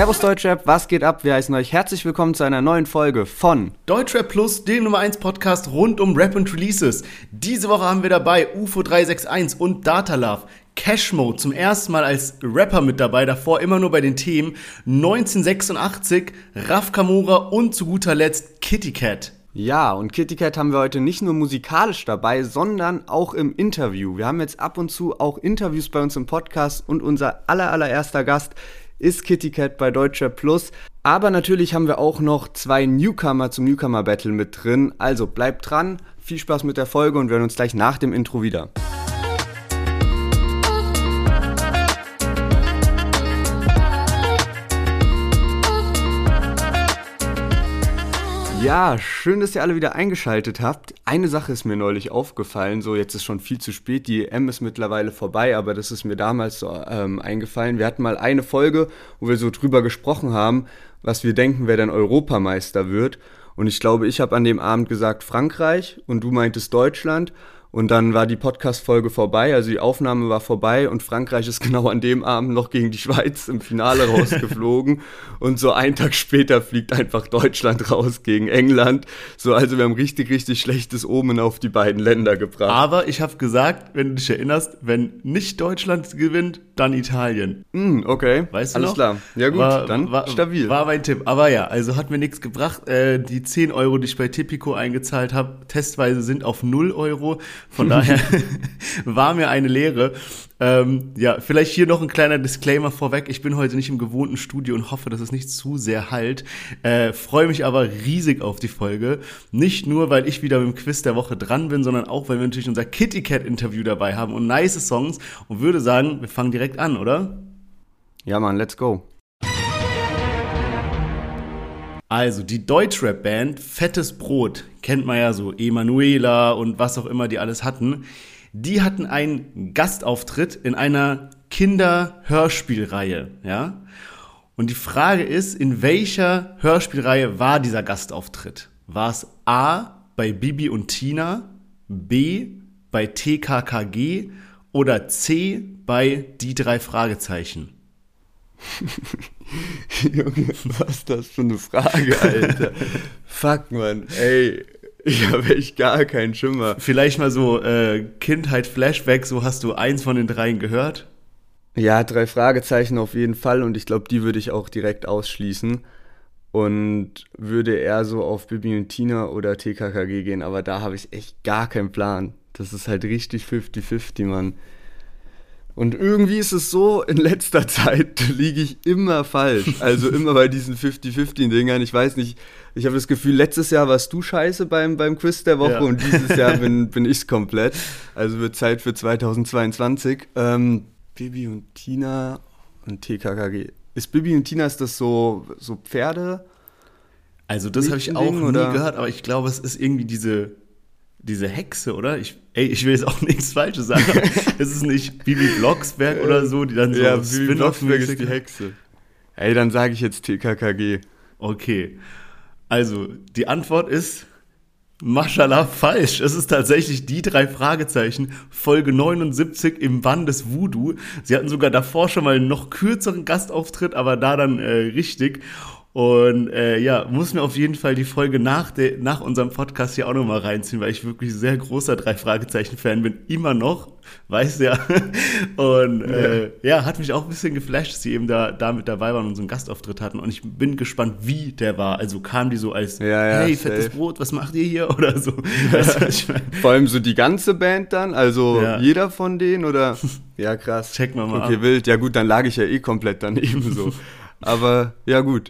Servus Deutschrap, was geht ab? Wir heißen euch herzlich willkommen zu einer neuen Folge von Deutschrap Plus, dem Nummer 1 Podcast rund um Rap und Releases. Diese Woche haben wir dabei UFO 361 und Data Love. Cash Mode zum ersten Mal als Rapper mit dabei, davor immer nur bei den Themen 1986, Raf Kamora und zu guter Letzt Kitty Cat. Ja, und Kitty Cat haben wir heute nicht nur musikalisch dabei, sondern auch im Interview. Wir haben jetzt ab und zu auch Interviews bei uns im Podcast und unser allererster Gast ist Kitty Cat bei Deutschrap Plus. Aber natürlich haben wir auch noch 2 Newcomer zum Newcomer Battle mit drin. Also bleibt dran, viel Spaß mit der Folge und wir hören uns gleich nach dem Intro wieder. Ja, schön, dass ihr alle wieder eingeschaltet habt. Eine Sache ist mir neulich aufgefallen, so jetzt ist schon viel zu spät, die EM ist mittlerweile vorbei, aber das ist mir damals so eingefallen. Wir hatten mal eine Folge, wo wir so drüber gesprochen haben, was wir denken, wer denn Europameister wird. Und ich glaube, ich habe an dem Abend gesagt Frankreich und du meintest Deutschland. Und dann war die Podcast-Folge vorbei, also die Aufnahme war vorbei und Frankreich ist genau an dem Abend noch gegen die Schweiz im Finale rausgeflogen. Und so einen Tag später fliegt einfach Deutschland raus gegen England. So, also wir haben richtig schlechtes Omen auf die beiden Länder gebracht. Aber ich habe gesagt, wenn du dich erinnerst, wenn nicht Deutschland gewinnt, dann Italien. Okay, weißt du alles noch? Klar. Ja gut, dann stabil. War mein Tipp. Aber ja, also hat mir nichts gebracht. Die 10 Euro, die ich bei Tipico eingezahlt habe, testweise sind auf 0 Euro. Von daher war mir eine Lehre. Ja, vielleicht hier noch ein kleiner Disclaimer vorweg. Ich bin heute nicht im gewohnten Studio und hoffe, dass es nicht zu sehr hallt. Freue mich aber riesig auf die Folge. Nicht nur, weil ich wieder mit dem Quiz der Woche dran bin, sondern auch, weil wir natürlich unser Kitty Cat Interview dabei haben und nice Songs. Und würde sagen, wir fangen direkt an, oder? Ja, Mann, let's go. Also, die Deutschrap-Band Fettes Brot, kennt man ja so, Emanuela und was auch immer die alles hatten, die hatten einen Gastauftritt in einer Kinderhörspielreihe, ja? Und die Frage ist, in welcher Hörspielreihe war dieser Gastauftritt? War es A, bei Bibi und Tina, B, bei TKKG oder C, bei Die 3 Fragezeichen? Junge, was ist das für eine Frage, Alter? Fuck, Mann, ey, ich habe echt gar keinen Schimmer. Vielleicht mal so Kindheit-Flashback, so hast du eins von den 3 gehört? Ja, 3 Fragezeichen auf jeden Fall und ich glaube, die würde ich auch direkt ausschließen und würde eher so auf Bibi und Tina oder TKKG gehen, aber da habe ich echt gar keinen Plan. Das ist halt richtig 50-50, Mann. Und irgendwie ist es so, in letzter Zeit liege ich immer falsch. Also immer bei diesen 50-50-Dingern. Ich weiß nicht, ich habe das Gefühl, letztes Jahr warst du scheiße beim Quiz der Woche und dieses Jahr bin ich's komplett. Also wird Zeit für 2022. Bibi und Tina und TKKG. Ist Bibi und Tina, ist das so Pferde? Also das habe ich auch nie gehört, aber ich glaube, es ist irgendwie diese Hexe, oder? Ich will jetzt auch nichts Falsches sagen. Es ist nicht Bibi Blocksberg oder so, die dann so Bibi Blocksberg ist die Hexe. Ey, dann sage ich jetzt TKKG. Okay. Also, die Antwort ist Maschallah falsch. Es ist tatsächlich Die 3 Fragezeichen, Folge 79 im Bann des Voodoo. Sie hatten sogar davor schon mal einen noch kürzeren Gastauftritt, aber da dann richtig. Und muss mir auf jeden Fall die Folge nach unserem Podcast hier auch nochmal reinziehen, weil ich wirklich sehr großer 3 Fragezeichen-Fan bin, immer noch, weißt du ja. Und hat mich auch ein bisschen geflasht, dass sie eben da mit dabei waren und so einen Gastauftritt hatten. Und ich bin gespannt, wie der war. Also kam die so als, hey, fettes Brot, was macht ihr hier? Oder so. Weißt du, was ich meine? Vor allem so die ganze Band dann, also jeder von denen oder? Ja, krass. Checken wir mal Okay, ab. Wild. Ja gut, dann lag ich ja komplett daneben so. Aber ja gut.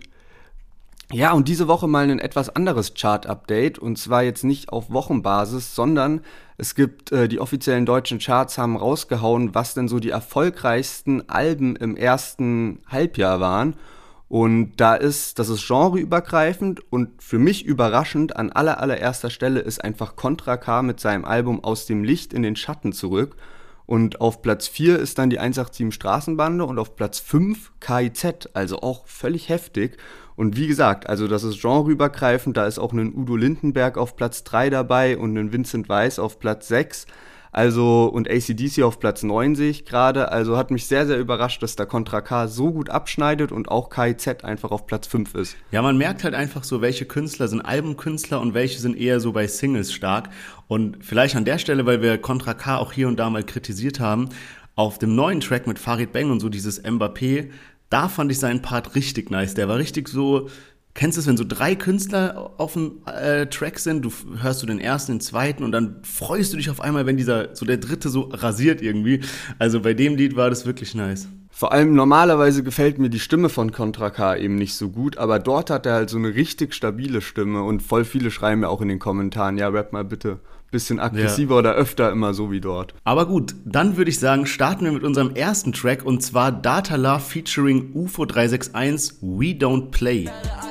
Ja, und diese Woche mal ein etwas anderes Chart-Update und zwar jetzt nicht auf Wochenbasis, sondern es gibt, die offiziellen deutschen Charts haben rausgehauen, was denn so die erfolgreichsten Alben im ersten Halbjahr waren und das ist genreübergreifend und für mich überraschend an allererster Stelle ist einfach Contra K mit seinem Album Aus dem Licht in den Schatten zurück. Und auf Platz 4 ist dann die 187 Straßenbande und auf Platz 5 KIZ, also auch völlig heftig. Und wie gesagt, also das ist genreübergreifend, da ist auch ein Udo Lindenberg auf Platz 3 dabei und ein Vincent Weiss auf Platz 6. Also, und AC/DC auf Platz 9 sehe ich gerade. Also hat mich sehr, sehr überrascht, dass da Contra K so gut abschneidet und auch KIZ einfach auf Platz 5 ist. Ja, man merkt halt einfach so, welche Künstler sind Albumkünstler und welche sind eher so bei Singles stark. Und vielleicht an der Stelle, weil wir Contra K auch hier und da mal kritisiert haben, auf dem neuen Track mit Farid Bang und so dieses Mbappé, da fand ich seinen Part richtig nice. Der war richtig so, kennst du es, wenn so 3 Künstler auf dem Track sind, du hörst du den ersten, den zweiten und dann freust du dich auf einmal, wenn der dritte so rasiert irgendwie. Also bei dem Lied war das wirklich nice. Vor allem normalerweise gefällt mir die Stimme von Contra K eben nicht so gut, aber dort hat er halt so eine richtig stabile Stimme und voll viele schreiben mir auch in den Kommentaren, ja, rap mal bitte bisschen aggressiver oder öfter immer so wie dort. Aber gut, dann würde ich sagen, starten wir mit unserem ersten Track und zwar Data Love featuring UFO 361, We Don't Play.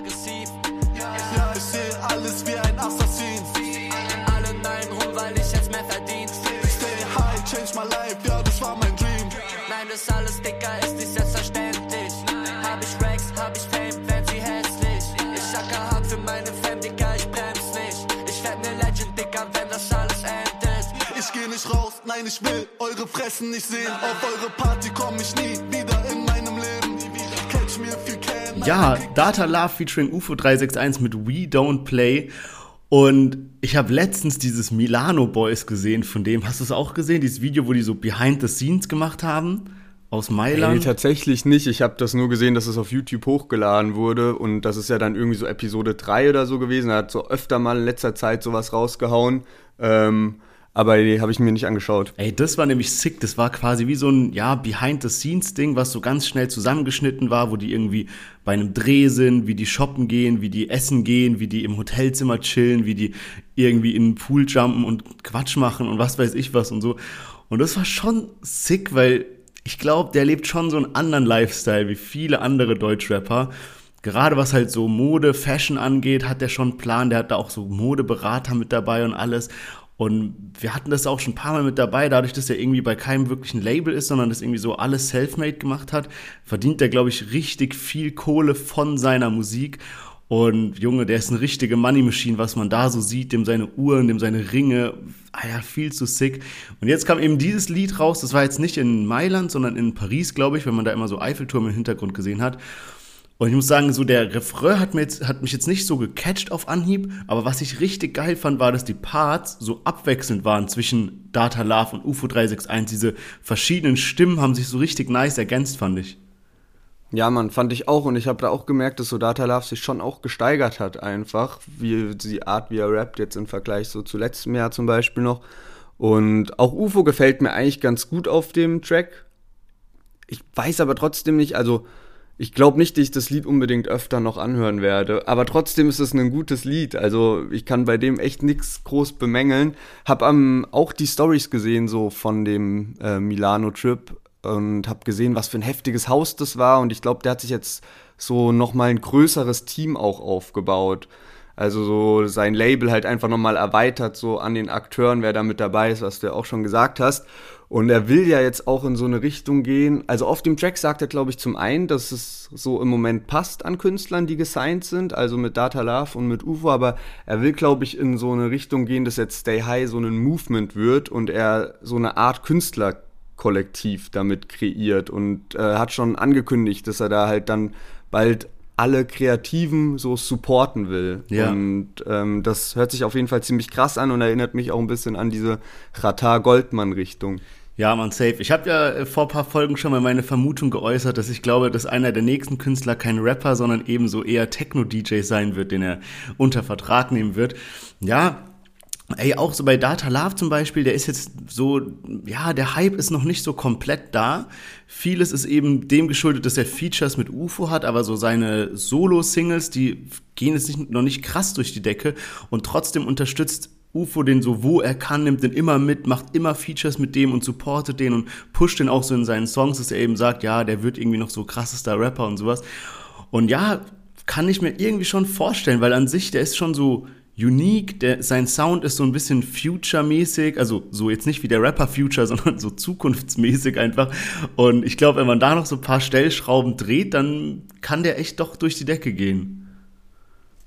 Nein, ich will eure Fressen nicht sehen. Auf eure Party komm ich nie wieder in meinem Leben. Catch me if you can. Ja, Data Love featuring UFO 361 mit We Don't Play. Und ich habe letztens dieses Milano Boys gesehen von dem. Hast du es auch gesehen? Dieses Video, wo die so Behind the Scenes gemacht haben? Aus Mailand? Nee, tatsächlich nicht. Ich habe das nur gesehen, dass es auf YouTube hochgeladen wurde. Und das ist ja dann irgendwie so Episode 3 oder so gewesen. Er hat so öfter mal in letzter Zeit sowas rausgehauen. Aber die habe ich mir nicht angeschaut. Ey, das war nämlich sick. Das war quasi wie so ein, ja, Behind-the-Scenes-Ding, was so ganz schnell zusammengeschnitten war, wo die irgendwie bei einem Dreh sind, wie die shoppen gehen, wie die essen gehen, wie die im Hotelzimmer chillen, wie die irgendwie in den Pool jumpen und Quatsch machen und was weiß ich was und so. Und das war schon sick, weil ich glaube, der lebt schon so einen anderen Lifestyle wie viele andere Deutschrapper. Gerade was halt so Mode, Fashion angeht, hat der schon einen Plan. Der hat da auch so Modeberater mit dabei und alles. Und wir hatten das auch schon ein paar Mal mit dabei, dadurch, dass er irgendwie bei keinem wirklichen Label ist, sondern das irgendwie so alles selfmade gemacht hat, verdient er, glaube ich, richtig viel Kohle von seiner Musik. Und Junge, der ist eine richtige Money Machine, was man da so sieht, dem seine Uhren, dem seine Ringe, ja, viel zu sick. Und jetzt kam eben dieses Lied raus, das war jetzt nicht in Mailand, sondern in Paris, glaube ich, wenn man da immer so Eiffelturm im Hintergrund gesehen hat. Und ich muss sagen, so der Refrain hat mich jetzt nicht so gecatcht auf Anhieb, aber was ich richtig geil fand, war, dass die Parts so abwechselnd waren zwischen Data Love und UFO 361. Diese verschiedenen Stimmen haben sich so richtig nice ergänzt, fand ich. Ja, Mann, fand ich auch. Und ich habe da auch gemerkt, dass so Data Love sich schon auch gesteigert hat einfach. Wie die Art, wie er rappt, jetzt im Vergleich so zu letztem Jahr zum Beispiel noch. Und auch UFO gefällt mir eigentlich ganz gut auf dem Track. Ich weiß aber trotzdem nicht, also ich glaube nicht, dass ich das Lied unbedingt öfter noch anhören werde, aber trotzdem ist es ein gutes Lied. Also ich kann bei dem echt nichts groß bemängeln. Hab auch die Stories gesehen so von dem Milano-Trip und hab gesehen, was für ein heftiges Haus das war. Und ich glaube, der hat sich jetzt so nochmal ein größeres Team auch aufgebaut. Also so sein Label halt einfach nochmal erweitert, so an den Akteuren, wer da mit dabei ist, was du ja auch schon gesagt hast. Und er will ja jetzt auch in so eine Richtung gehen. Also auf dem Track sagt er, glaube ich, zum einen, dass es so im Moment passt an Künstlern, die gesigned sind, also mit Data Love und mit UFO, aber er will, glaube ich, in so eine Richtung gehen, dass jetzt Stay High so ein Movement wird und er so eine Art Künstlerkollektiv damit kreiert und hat schon angekündigt, dass er da halt dann bald alle Kreativen so supporten will. Ja. Und das hört sich auf jeden Fall ziemlich krass an und erinnert mich auch ein bisschen an diese Ratar-Goldmann-Richtung. Ja, man, safe. Ich habe ja vor ein paar Folgen schon mal meine Vermutung geäußert, dass ich glaube, dass einer der nächsten Künstler kein Rapper, sondern eben so eher Techno-DJ sein wird, den er unter Vertrag nehmen wird. Ja, ey, auch so bei Data Love zum Beispiel, der ist jetzt so, ja, der Hype ist noch nicht so komplett da. Vieles ist eben dem geschuldet, dass er Features mit UFO hat, aber so seine Solo-Singles, die gehen jetzt noch nicht krass durch die Decke und trotzdem unterstützt UFO den so, wo er kann, nimmt den immer mit, macht immer Features mit dem und supportet den und pusht den auch so in seinen Songs, dass er eben sagt, ja, der wird irgendwie noch so krassester Rapper und sowas. Und ja, kann ich mir irgendwie schon vorstellen, weil an sich, der ist schon so unique, sein Sound ist so ein bisschen Future-mäßig, also so jetzt nicht wie der Rapper Future, sondern so zukunftsmäßig einfach. Und ich glaube, wenn man da noch so ein paar Stellschrauben dreht, dann kann der echt doch durch die Decke gehen.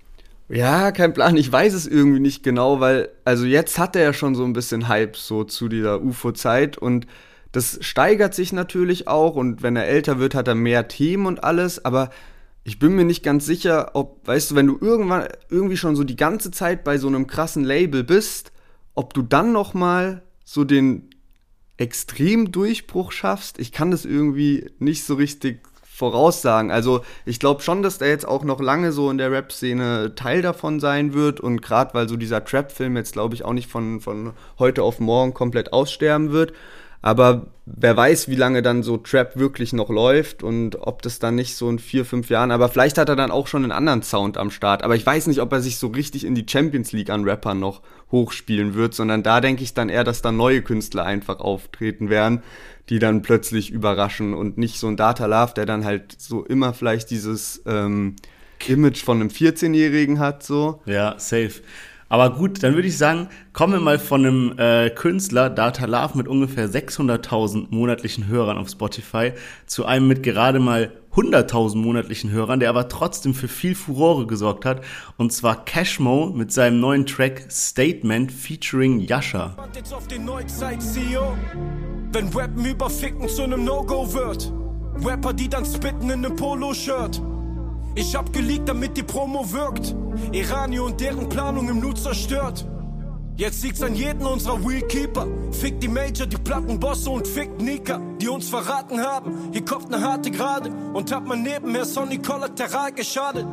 Ja, kein Plan, ich weiß es irgendwie nicht genau, weil, also jetzt hat er ja schon so ein bisschen Hype so zu dieser UFO-Zeit und das steigert sich natürlich auch und wenn er älter wird, hat er mehr Themen und alles, aber ich bin mir nicht ganz sicher, ob, weißt du, wenn du irgendwann irgendwie schon so die ganze Zeit bei so einem krassen Label bist, ob du dann noch mal so den Extremdurchbruch schaffst. Ich kann das irgendwie nicht so richtig voraussagen. Also ich glaube schon, dass der jetzt auch noch lange so in der Rap-Szene Teil davon sein wird und gerade weil so dieser Trap-Film jetzt, glaube ich, auch nicht von heute auf morgen komplett aussterben wird. Aber wer weiß, wie lange dann so Trap wirklich noch läuft und ob das dann nicht so in 4, 5 Jahren, aber vielleicht hat er dann auch schon einen anderen Sound am Start. Aber ich weiß nicht, ob er sich so richtig in die Champions League an Rappern noch hochspielen wird, sondern da denke ich dann eher, dass da neue Künstler einfach auftreten werden, die dann plötzlich überraschen und nicht so ein Data Love, der dann halt so immer vielleicht dieses Image von einem 14-Jährigen hat, so. Ja, safe. Aber gut, dann würde ich sagen, kommen wir mal von einem Künstler, Data Love, mit ungefähr 600.000 monatlichen Hörern auf Spotify, zu einem mit gerade mal 100.000 monatlichen Hörern, der aber trotzdem für viel Furore gesorgt hat. Und zwar Cashmo mit seinem neuen Track Statement featuring Yasha. Jetzt auf den Neuzeit-CEO, wenn Rappen über Ficken zu einem No-Go wird. Rapper, die dann spitten in nem Polo-Shirt. Ich hab geleakt, damit die Promo wirkt. Iranio und deren Planung im Nu zerstört. Jetzt liegt's an jeden unserer Wheelkeeper. Fickt die Major, die Plattenbosse und fickt Nika, die uns verraten haben. Hier kommt ne harte Gerade und hat man nebenher Sonny Kollateral geschadet.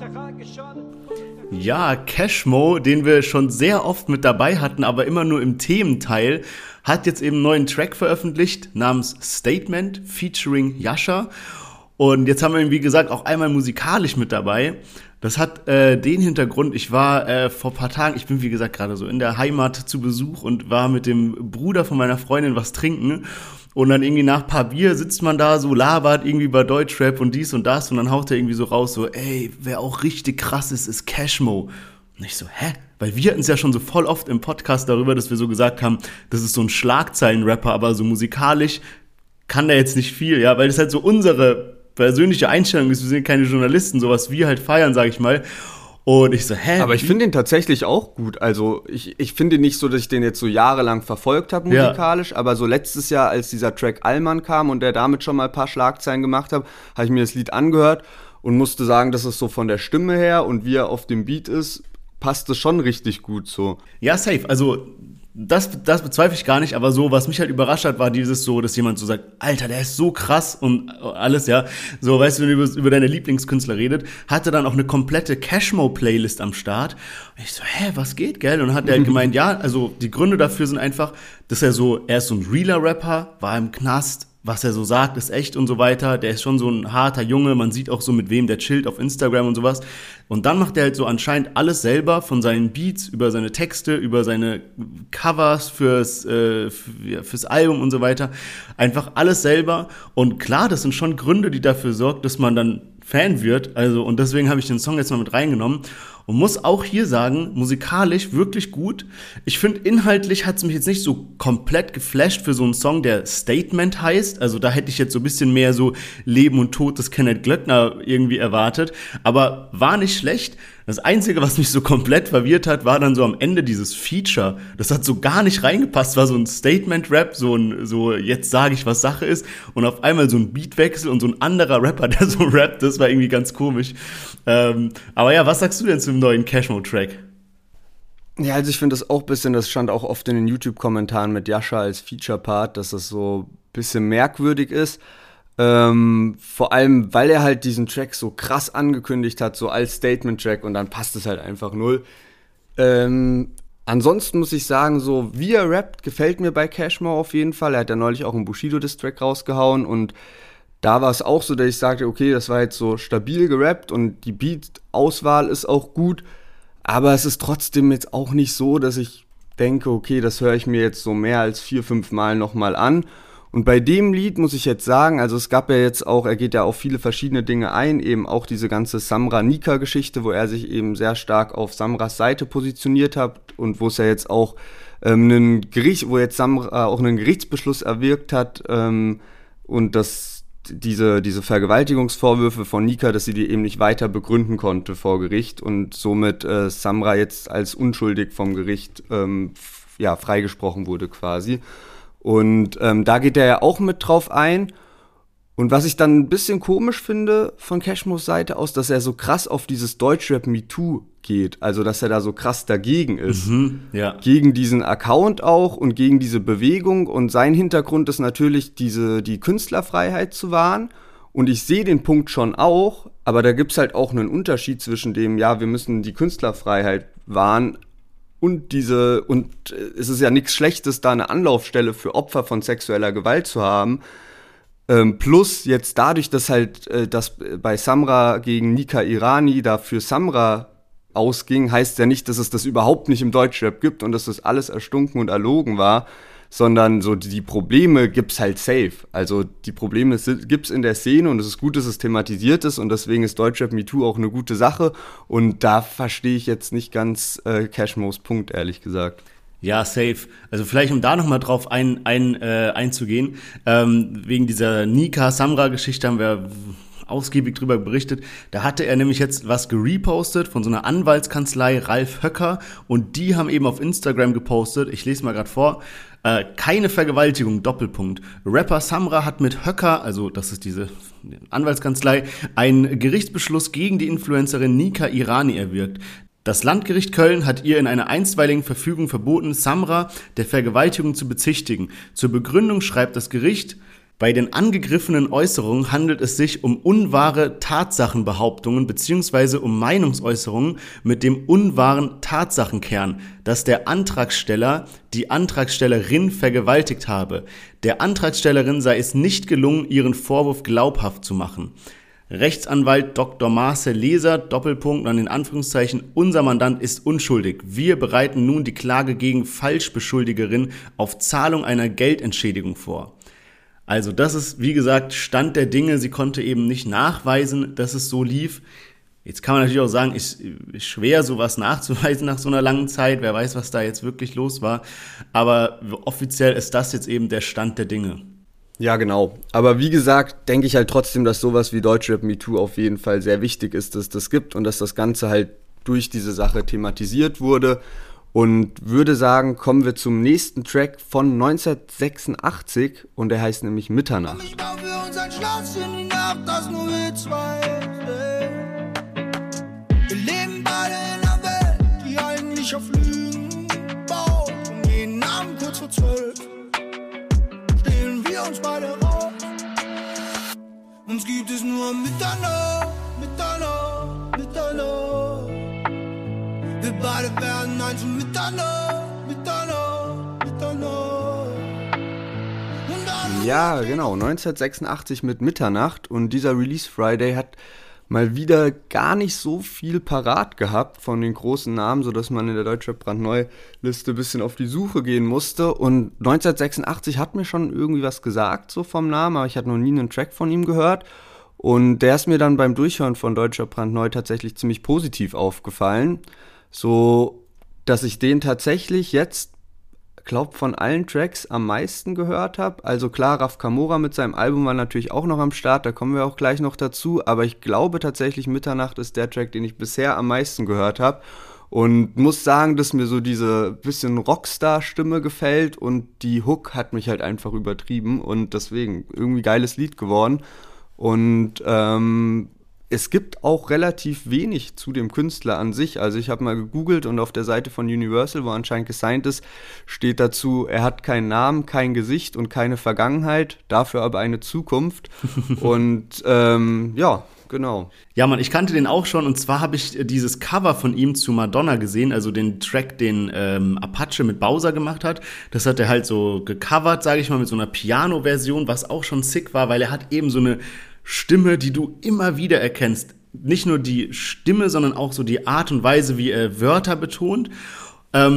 Ja, Cashmo, den wir schon sehr oft mit dabei hatten, aber immer nur im Thementeil, hat jetzt eben einen neuen Track veröffentlicht namens Statement featuring Yasha. Und jetzt haben wir ihn, wie gesagt, auch einmal musikalisch mit dabei. Das hat den Hintergrund, ich war vor ein paar Tagen, ich bin wie gesagt gerade so in der Heimat zu Besuch und war mit dem Bruder von meiner Freundin was trinken. Und dann irgendwie nach ein paar Bier sitzt man da so, labert irgendwie über Deutschrap und dies und das. Und dann haut er irgendwie so raus so, ey, wer auch richtig krass ist Cashmo. Und ich so, hä? Weil wir hatten es ja schon so voll oft im Podcast darüber, dass wir so gesagt haben, das ist so ein Schlagzeilenrapper, aber so musikalisch kann der jetzt nicht viel, ja, weil das halt so unsere persönliche Einstellung ist, wir sind keine Journalisten, sowas wir halt feiern, sag ich mal. Und ich so, hä? Aber ich finde ihn tatsächlich auch gut. Also ich finde ihn nicht so, dass ich den jetzt so jahrelang verfolgt habe musikalisch, aber so letztes Jahr, als dieser Track Allmann kam und der damit schon mal ein paar Schlagzeilen gemacht hat, habe ich mir das Lied angehört und musste sagen, dass es so von der Stimme her und wie er auf dem Beat ist, passt es schon richtig gut so. Ja, safe. Also das bezweifle ich gar nicht, aber so, was mich halt überrascht hat, war dieses so, dass jemand so sagt, Alter, der ist so krass und alles, ja. So, weißt du, wenn du über deine Lieblingskünstler redet, hatte dann auch eine komplette Cashmo-Playlist am Start. Und ich so, hä, was geht, gell? Und dann hat er halt gemeint, ja, also die Gründe dafür sind einfach, dass er ist so ein realer Rapper, war im Knast, was er so sagt, ist echt und so weiter. Der ist schon so ein harter Junge. Man sieht auch so, mit wem der chillt auf Instagram und sowas. Und dann macht er halt so anscheinend alles selber, von seinen Beats, über seine Texte, über seine Covers fürs Album und so weiter. Einfach alles selber. Und klar, das sind schon Gründe, die dafür sorgen, dass man dann Fan wird. Also, und deswegen habe ich den Song jetzt mal mit reingenommen. Und muss auch hier sagen, musikalisch wirklich gut. Ich finde, inhaltlich hat es mich jetzt nicht so komplett geflasht für so einen Song, der Statement heißt. Also da hätte ich jetzt so ein bisschen mehr so Leben und Tod des Kenneth Glöckner irgendwie erwartet. Aber war nicht schlecht. Das Einzige, was mich so komplett verwirrt hat, war dann so am Ende dieses Feature. Das hat so gar nicht reingepasst. War so ein Statement-Rap, so jetzt sage ich, was Sache ist. Und auf einmal so ein Beatwechsel und so ein anderer Rapper, der so rappt. Das war irgendwie ganz komisch. Aber ja, was sagst du denn zum neuen Cashmo-Track? Ja, also ich finde das auch ein bisschen, das stand auch oft in den YouTube-Kommentaren mit Yasha als Feature-Part, dass das so ein bisschen merkwürdig ist. Vor allem, weil er halt diesen Track so krass angekündigt hat, so als Statement-Track und dann passt es halt einfach null. Ansonsten muss ich sagen, so wie er rappt, gefällt mir bei Cashmo auf jeden Fall. Er hat ja neulich auch einen Bushido-Diss-Track rausgehauen und da war es auch so, dass ich sagte, okay, das war jetzt so stabil gerappt und die Beat-Auswahl ist auch gut, aber es ist trotzdem jetzt auch nicht so, dass ich denke, okay, das höre ich mir jetzt so mehr als 4, 5 Mal nochmal an. Und bei dem Lied muss ich jetzt sagen, also es gab ja jetzt auch, er geht ja auf viele verschiedene Dinge ein, eben auch diese ganze Samra-Nika-Geschichte, wo er sich eben sehr stark auf Samras Seite positioniert hat und wo es ja jetzt auch wo jetzt Samra auch einen Gerichtsbeschluss erwirkt hat und das diese Vergewaltigungsvorwürfe von Nika, dass sie die eben nicht weiter begründen konnte vor Gericht und somit Samra jetzt als unschuldig vom Gericht freigesprochen wurde quasi. Und da geht er ja auch mit drauf ein. Und was ich dann ein bisschen komisch finde von Cashmos Seite aus, dass er so krass auf dieses Deutschrap MeToo geht. Also, dass er da so krass dagegen ist. Gegen diesen Account auch und gegen diese Bewegung. Und sein Hintergrund ist natürlich die Künstlerfreiheit zu wahren. Und ich sehe den Punkt schon auch, aber da gibt's halt auch einen Unterschied zwischen dem, ja, wir müssen die Künstlerfreiheit wahren und es ist ja nichts Schlechtes, da eine Anlaufstelle für Opfer von sexueller Gewalt zu haben. Plus jetzt dadurch, dass halt das bei Samra gegen Nika Irani da für Samra ausging, heißt ja nicht, dass es das überhaupt nicht im Deutschrap gibt und dass das alles erstunken und erlogen war, sondern so die Probleme gibt's halt safe. Also die Probleme gibt's in der Szene und es ist gut, dass es thematisiert ist und deswegen ist Deutschrap MeToo auch eine gute Sache und da verstehe ich jetzt nicht ganz Cashmos Punkt, ehrlich gesagt. Ja, safe. Also vielleicht, um da nochmal drauf einzugehen, wegen dieser Nika-Samra-Geschichte haben wir ausgiebig drüber berichtet. Da hatte er nämlich jetzt was gerepostet von so einer Anwaltskanzlei, Ralf Höcker, und die haben eben auf Instagram gepostet, ich lese mal gerade vor, keine Vergewaltigung, Doppelpunkt. Rapper Samra hat mit Höcker, also das ist diese Anwaltskanzlei, einen Gerichtsbeschluss gegen die Influencerin Nika Irani erwirkt. Das Landgericht Köln hat ihr in einer einstweiligen Verfügung verboten, Samra der Vergewaltigung zu bezichtigen. Zur Begründung schreibt das Gericht: Bei den angegriffenen Äußerungen handelt es sich um unwahre Tatsachenbehauptungen bzw. um Meinungsäußerungen mit dem unwahren Tatsachenkern, dass der Antragsteller die Antragstellerin vergewaltigt habe. Der Antragstellerin sei es nicht gelungen, ihren Vorwurf glaubhaft zu machen. Rechtsanwalt Dr. Marcel Leser, Doppelpunkt, und in Anführungszeichen, unser Mandant ist unschuldig. Wir bereiten nun die Klage gegen Falschbeschuldigerin auf Zahlung einer Geldentschädigung vor. Also das ist, wie gesagt, Stand der Dinge. Sie konnte eben nicht nachweisen, dass es so lief. Jetzt kann man natürlich auch sagen, ist schwer, sowas nachzuweisen nach so einer langen Zeit. Wer weiß, was da jetzt wirklich los war. Aber offiziell ist das jetzt eben der Stand der Dinge. Ja, genau. Aber wie gesagt, denke ich halt trotzdem, dass sowas wie Deutschrap MeToo auf jeden Fall sehr wichtig ist, dass das gibt und dass das Ganze halt durch diese Sache thematisiert wurde. Und würde sagen, kommen wir zum nächsten Track von 1986 und der heißt nämlich Mitternacht. Ich baue für uns ein Schloss in die Nacht, das nur wir zwei sehen. Wir leben beide in einer Welt, die eigentlich auf Lügen baut. Und jeden Abend kurz vor 12 stehlen wir uns beide raus. Uns gibt es nur Mitternacht, Mitternacht, Mitternacht. Wir beide werden eins um Mitternacht, Mitternacht, Mitternacht. Ja, genau, 1986 mit Mitternacht und dieser Release Friday hat mal wieder gar nicht so viel parat gehabt von den großen Namen, sodass man in der Deutschrap Brandneu-Liste ein bisschen auf die Suche gehen musste. Und 1986 hat mir schon irgendwie was gesagt, so vom Namen, aber ich hatte noch nie einen Track von ihm gehört. Und der ist mir dann beim Durchhören von Deutschrap Brandneu tatsächlich ziemlich positiv aufgefallen. So, dass ich den tatsächlich jetzt, glaube von allen Tracks am meisten gehört habe. Also klar, Raf Kamora mit seinem Album war natürlich auch noch am Start, da kommen wir auch gleich noch dazu. Aber ich glaube tatsächlich, Mitternacht ist der Track, den ich bisher am meisten gehört habe. Und muss sagen, dass mir so diese bisschen Rockstar-Stimme gefällt und die Hook hat mich halt einfach übertrieben und deswegen irgendwie geiles Lied geworden. Und es gibt auch relativ wenig zu dem Künstler an sich. Also ich habe mal gegoogelt und auf der Seite von Universal, wo anscheinend gesigned ist, steht dazu, er hat keinen Namen, kein Gesicht und keine Vergangenheit, dafür aber eine Zukunft. Und ja, genau. Ja, Mann, ich kannte den auch schon und zwar habe ich dieses Cover von ihm zu Madonna gesehen, also den Track, den Apache mit Bowser gemacht hat. Das hat er halt so gecovert, sage ich mal, mit so einer Piano-Version, was auch schon sick war, weil er hat eben so eine Stimme, die du immer wieder erkennst. Nicht nur die Stimme, sondern auch so die Art und Weise, wie er Wörter betont.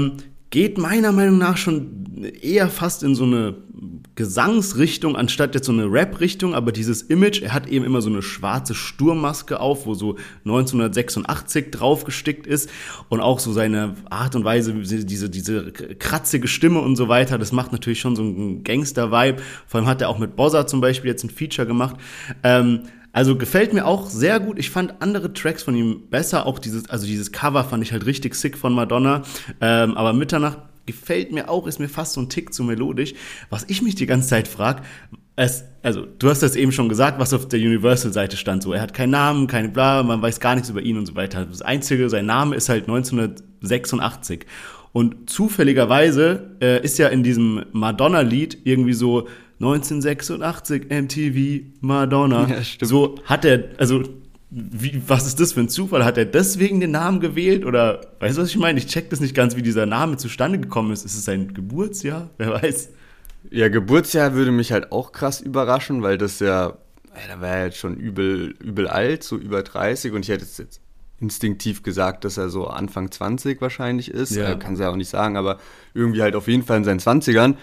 geht meiner Meinung nach schon eher fast in so eine Gesangsrichtung, anstatt jetzt so eine Rap-Richtung, aber dieses Image, er hat eben immer so eine schwarze Sturmmaske auf, wo so 1986 draufgestickt ist und auch so seine Art und Weise, diese kratzige Stimme und so weiter, das macht natürlich schon so einen Gangster-Vibe, vor allem hat er auch mit Bozza zum Beispiel jetzt ein Feature gemacht, also gefällt mir auch sehr gut. Ich fand andere Tracks von ihm besser. Auch dieses Cover fand ich halt richtig sick von Madonna. Aber Mitternacht gefällt mir auch, ist mir fast so ein Tick zu melodisch. Was ich mich die ganze Zeit frage, also du hast das eben schon gesagt, was auf der Universal-Seite stand. So, er hat keinen Namen, keine bla, man weiß gar nichts über ihn und so weiter. Das Einzige, sein Name ist halt 1986. Und zufälligerweise ist ja in diesem Madonna-Lied irgendwie so 1986 MTV Madonna. Ja, stimmt. So hat er, also was ist das für ein Zufall? Hat er deswegen den Namen gewählt? Oder weißt du, was ich meine? Ich check das nicht ganz, wie dieser Name zustande gekommen ist. Ist es sein Geburtsjahr? Wer weiß. Ja, Geburtsjahr würde mich halt auch krass überraschen, weil das ja, da war er jetzt schon übel alt, so über 30 und ich hätte jetzt instinktiv gesagt, dass er so Anfang 20 wahrscheinlich ist. Ja. Kann es ja auch nicht sagen, aber irgendwie halt auf jeden Fall in seinen 20ern.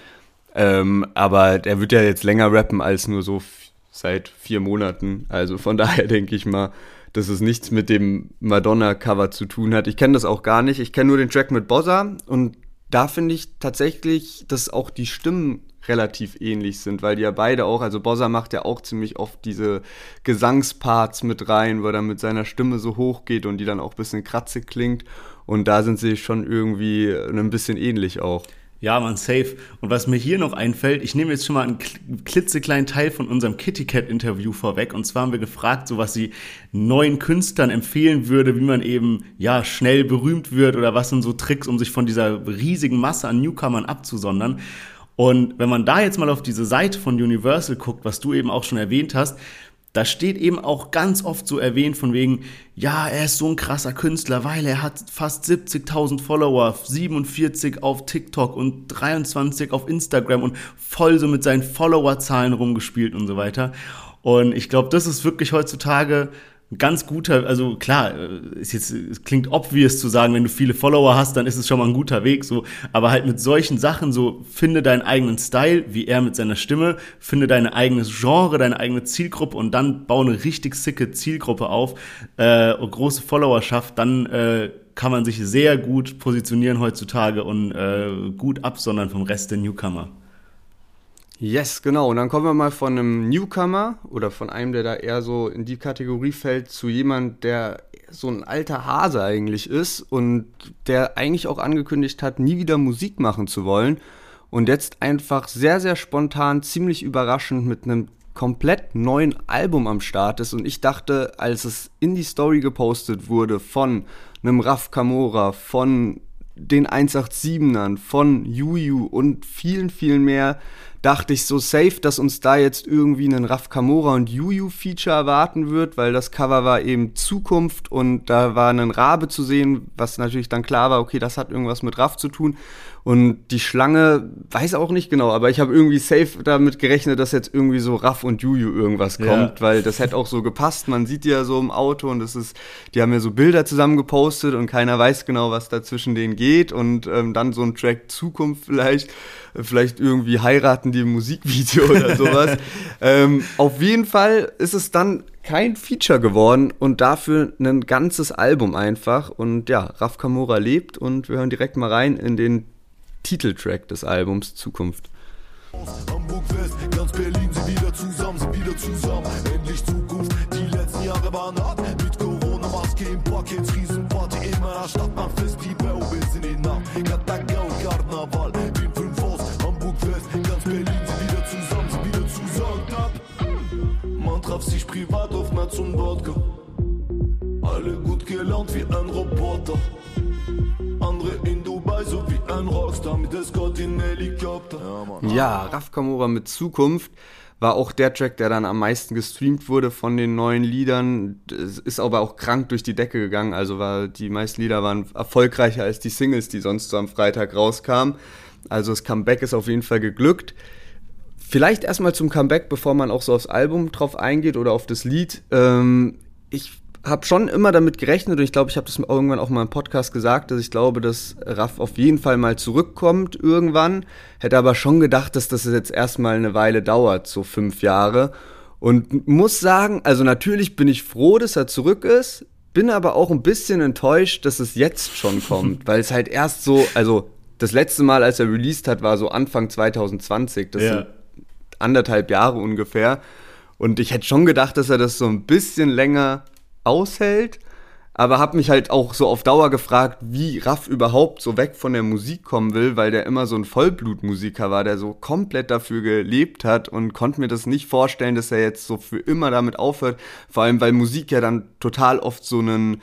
Aber der wird ja jetzt länger rappen als nur so seit 4 Monaten. Also von daher denke ich mal, dass es nichts mit dem Madonna-Cover zu tun hat. Ich kenne das auch gar nicht. Ich kenne nur den Track mit Bozza und da finde ich tatsächlich, dass auch die Stimmen relativ ähnlich sind, weil die ja beide auch, also Bozza macht ja auch ziemlich oft diese Gesangsparts mit rein, wo er dann mit seiner Stimme so hoch geht und die dann auch ein bisschen kratzig klingt und da sind sie schon irgendwie ein bisschen ähnlich auch. Ja, man, safe. Und was mir hier noch einfällt, ich nehme jetzt schon mal einen klitzekleinen Teil von unserem Kitty Cat-Interview vorweg. Und zwar haben wir gefragt, so was sie neuen Künstlern empfehlen würde, wie man eben, ja, schnell berühmt wird oder was sind so Tricks, um sich von dieser riesigen Masse an Newcomern abzusondern. Und wenn man da jetzt mal auf diese Seite von Universal guckt, was du eben auch schon erwähnt hast, da steht eben auch ganz oft so erwähnt von wegen, ja, er ist so ein krasser Künstler, weil er hat fast 70.000 Follower, 47 auf TikTok und 23 auf Instagram und voll so mit seinen Followerzahlen rumgespielt und so weiter. Und ich glaube, das ist wirklich heutzutage ein ganz guter, also klar, es klingt obvious zu sagen, wenn du viele Follower hast, dann ist es schon mal ein guter Weg, so, aber halt mit solchen Sachen, so, finde deinen eigenen Style, wie er mit seiner Stimme, finde dein eigenes Genre, deine eigene Zielgruppe und dann baue eine richtig sicke Zielgruppe auf, und große Followerschaft, dann kann man sich sehr gut positionieren heutzutage und gut absondern vom Rest der Newcomer. Yes, genau. Und dann kommen wir mal von einem Newcomer oder von einem, der da eher so in die Kategorie fällt, zu jemand, der so ein alter Hase eigentlich ist und der eigentlich auch angekündigt hat, nie wieder Musik machen zu wollen und jetzt einfach sehr, sehr spontan, ziemlich überraschend mit einem komplett neuen Album am Start ist. Und ich dachte, als es in die Story gepostet wurde von einem Raf Camora, von den 187ern, von Juju und vielen, vielen mehr, dachte ich so safe, dass uns da jetzt irgendwie einen Raf Camora und Juju-Feature erwarten wird, weil das Cover war eben Zukunft und da war ein Rabe zu sehen, was natürlich dann klar war, okay, das hat irgendwas mit Raf zu tun. Und die Schlange, weiß auch nicht genau, aber ich habe irgendwie safe damit gerechnet, dass jetzt irgendwie so Raf und Juju irgendwas kommt, weil das hätte auch so gepasst. Man sieht die ja so im Auto und die haben ja so Bilder zusammen gepostet und keiner weiß genau, was da zwischen denen geht. Und dann so ein Track Zukunft vielleicht irgendwie heiraten die im Musikvideo oder sowas. Auf jeden Fall ist es dann kein Feature geworden und dafür ein ganzes Album einfach. Und ja, Raf Camora lebt und wir hören direkt mal rein in den Titeltrack des Albums Zukunft. Hamburg West, ganz Berlin sind wieder zusammen, endlich Zukunft, die letzten Jahre waren hart, mit Corona-Maske im Paket, Riesenparty in meiner Stadt, man Festival bis in die Nacht, Katagau, Karneval, bin 5 aus, Hamburg West, ganz Berlin sind wieder zusammen, man traf sich privat auf Metz und Wodka, alle gut gelaunt wie ein Roboter. Andere in Dubai, so wie ein Rockstar mit Escort in Helikopter. Ja, Raf Camora mit Zukunft war auch der Track, der dann am meisten gestreamt wurde von den neuen Liedern. Es ist aber auch krank durch die Decke gegangen, also die meisten Lieder waren erfolgreicher als die Singles, die sonst so am Freitag rauskamen. Also das Comeback ist auf jeden Fall geglückt. Vielleicht erstmal zum Comeback, bevor man auch so aufs Album drauf eingeht oder auf das Lied. Ich habe schon immer damit gerechnet und ich glaube, ich habe das irgendwann auch mal im Podcast gesagt, dass ich glaube, dass Raff auf jeden Fall mal zurückkommt irgendwann. Hätte aber schon gedacht, dass das jetzt erstmal eine Weile dauert, so 5 Jahre. Und muss sagen, also natürlich bin ich froh, dass er zurück ist, bin aber auch ein bisschen enttäuscht, dass es jetzt schon kommt, weil es halt erst so, also das letzte Mal, als er released hat, war so Anfang 2020, das sind 1,5 Jahre ungefähr. Und ich hätte schon gedacht, dass er das so ein bisschen länger aushält, aber habe mich halt auch so auf Dauer gefragt, wie Raff überhaupt so weg von der Musik kommen will, weil der immer so ein Vollblutmusiker war, der so komplett dafür gelebt hat und konnte mir das nicht vorstellen, dass er jetzt so für immer damit aufhört, vor allem weil Musik ja dann total oft so ein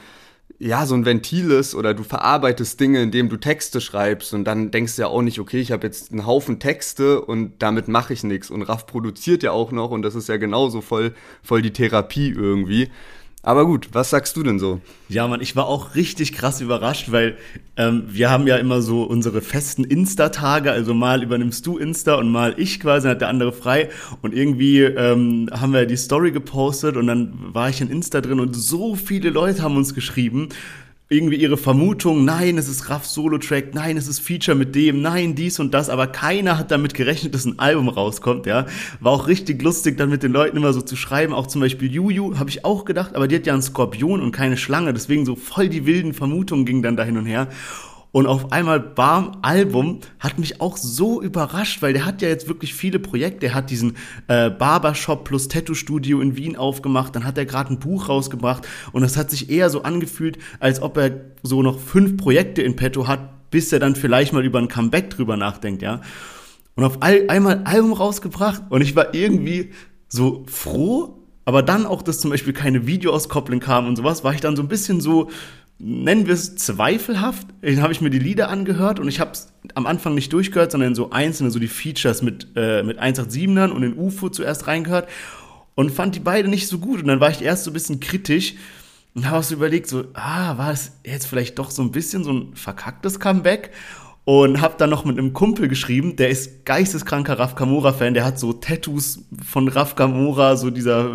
Ventil ist oder du verarbeitest Dinge, indem du Texte schreibst und dann denkst du ja auch nicht, okay, ich habe jetzt einen Haufen Texte und damit mache ich nichts und Raff produziert ja auch noch und das ist ja genauso voll die Therapie irgendwie. Aber gut, was sagst du denn so? Ja, Mann, ich war auch richtig krass überrascht, weil wir haben ja immer so unsere festen Insta-Tage, also mal übernimmst du Insta und mal ich quasi, dann hat der andere frei und irgendwie haben wir die Story gepostet und dann war ich in Insta drin und so viele Leute haben uns geschrieben, irgendwie ihre Vermutung, nein, es ist Raffs Solo-Track, nein, es ist Feature mit dem, nein, dies und das, aber keiner hat damit gerechnet, dass ein Album rauskommt, ja. War auch richtig lustig, dann mit den Leuten immer so zu schreiben, auch zum Beispiel Juju, habe ich auch gedacht, aber die hat ja einen Skorpion und keine Schlange, deswegen so voll die wilden Vermutungen gingen dann da hin und her. Und auf einmal, bam, Album, hat mich auch so überrascht, weil der hat ja jetzt wirklich viele Projekte. Er hat diesen Barbershop plus Tattoo-Studio in Wien aufgemacht, dann hat er gerade ein Buch rausgebracht und das hat sich eher so angefühlt, als ob er so noch 5 Projekte in petto hat, bis er dann vielleicht mal über ein Comeback drüber nachdenkt, ja. Und auf einmal Album rausgebracht und ich war irgendwie so froh, aber dann auch, dass zum Beispiel keine Videoauskopplung kam und sowas, war ich dann so ein bisschen so, nennen wir es zweifelhaft. Dann habe ich mir die Lieder angehört und ich habe es am Anfang nicht durchgehört, sondern so einzelne, so die Features mit 187ern und in UFO zuerst reingehört und fand die beide nicht so gut. Und dann war ich erst so ein bisschen kritisch und habe auch so überlegt, so, war es jetzt vielleicht doch so ein bisschen so ein verkacktes Comeback? Und habe dann noch mit einem Kumpel geschrieben, der ist geisteskranker Raf Kamora-Fan, der hat so Tattoos von Raf Kamora, so dieser,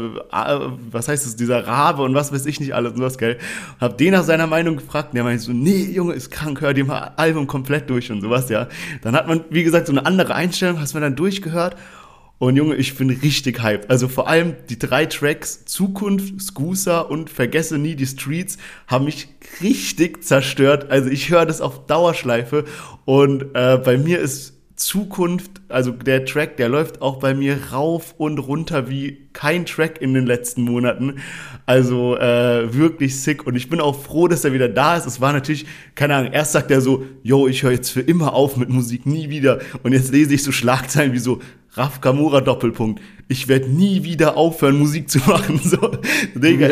dieser Rabe und was weiß ich nicht alles und was, gell. Hab den nach seiner Meinung gefragt und der meinte so, nee, Junge, ist krank, hör dir mal Album komplett durch und sowas, ja. Dann hat man, wie gesagt, so eine andere Einstellung, hast man dann durchgehört. Und Junge, ich bin richtig hyped. Also vor allem die 3 Tracks Zukunft, Skusa und Vergesse nie die Streets haben mich richtig zerstört. Also ich höre das auf Dauerschleife und bei mir ist Zukunft, also der Track, der läuft auch bei mir rauf und runter wie kein Track in den letzten Monaten. Also wirklich sick und ich bin auch froh, dass er wieder da ist. Es war natürlich, keine Ahnung, erst sagt er so, yo, ich höre jetzt für immer auf mit Musik, nie wieder. Und jetzt lese ich so Schlagzeilen wie so, Raf Kamora Doppelpunkt. Ich werde nie wieder aufhören, Musik zu machen. So, Digga.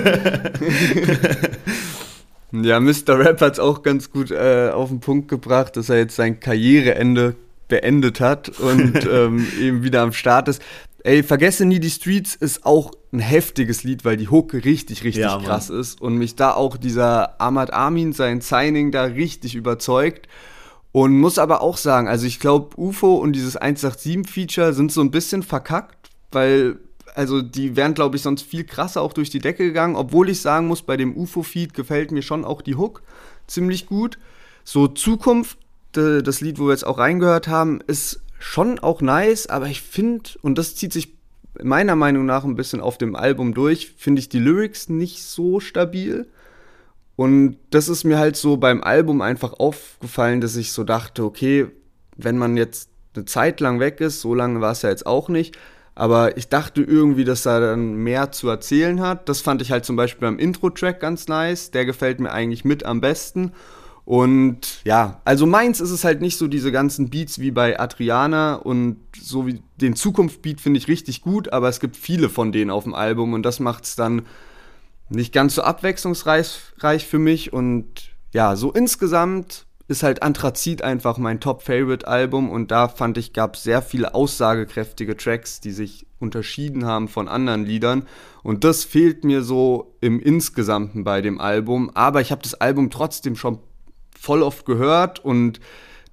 Ja, Mr. Rap hat's auch ganz gut auf den Punkt gebracht, dass er jetzt sein Karriereende beendet hat und eben wieder am Start ist. Ey, Vergesse nie die Streets ist auch ein heftiges Lied, weil die Hook richtig krass ist und mich da auch dieser Ahmad Amin, sein Signing da richtig überzeugt. Und muss aber auch sagen, also ich glaube, UFO und dieses 187-Feature sind so ein bisschen verkackt, weil, also die wären, glaube ich, sonst viel krasser auch durch die Decke gegangen, obwohl ich sagen muss, bei dem UFO-Feed gefällt mir schon auch die Hook ziemlich gut. So Zukunft, das Lied, wo wir jetzt auch reingehört haben, ist schon auch nice, aber ich finde, und das zieht sich meiner Meinung nach ein bisschen auf dem Album durch, finde ich die Lyrics nicht so stabil. Und das ist mir halt so beim Album einfach aufgefallen, dass ich so dachte, okay, wenn man jetzt eine Zeit lang weg ist, so lange war es ja jetzt auch nicht, aber ich dachte irgendwie, dass er dann mehr zu erzählen hat. Das fand ich halt zum Beispiel beim Intro-Track ganz nice, der gefällt mir eigentlich mit am besten. Und ja, also meins ist es halt nicht so diese ganzen Beats wie bei Adriana und so wie den Zukunft-Beat finde ich richtig gut, aber es gibt viele von denen auf dem Album und das macht's dann nicht ganz so abwechslungsreich für mich und ja, so insgesamt ist halt Anthrazit einfach mein Top-Favorite-Album und da fand ich, gab es sehr viele aussagekräftige Tracks, die sich unterschieden haben von anderen Liedern und das fehlt mir so im Insgesamten bei dem Album, aber ich habe das Album trotzdem schon voll oft gehört und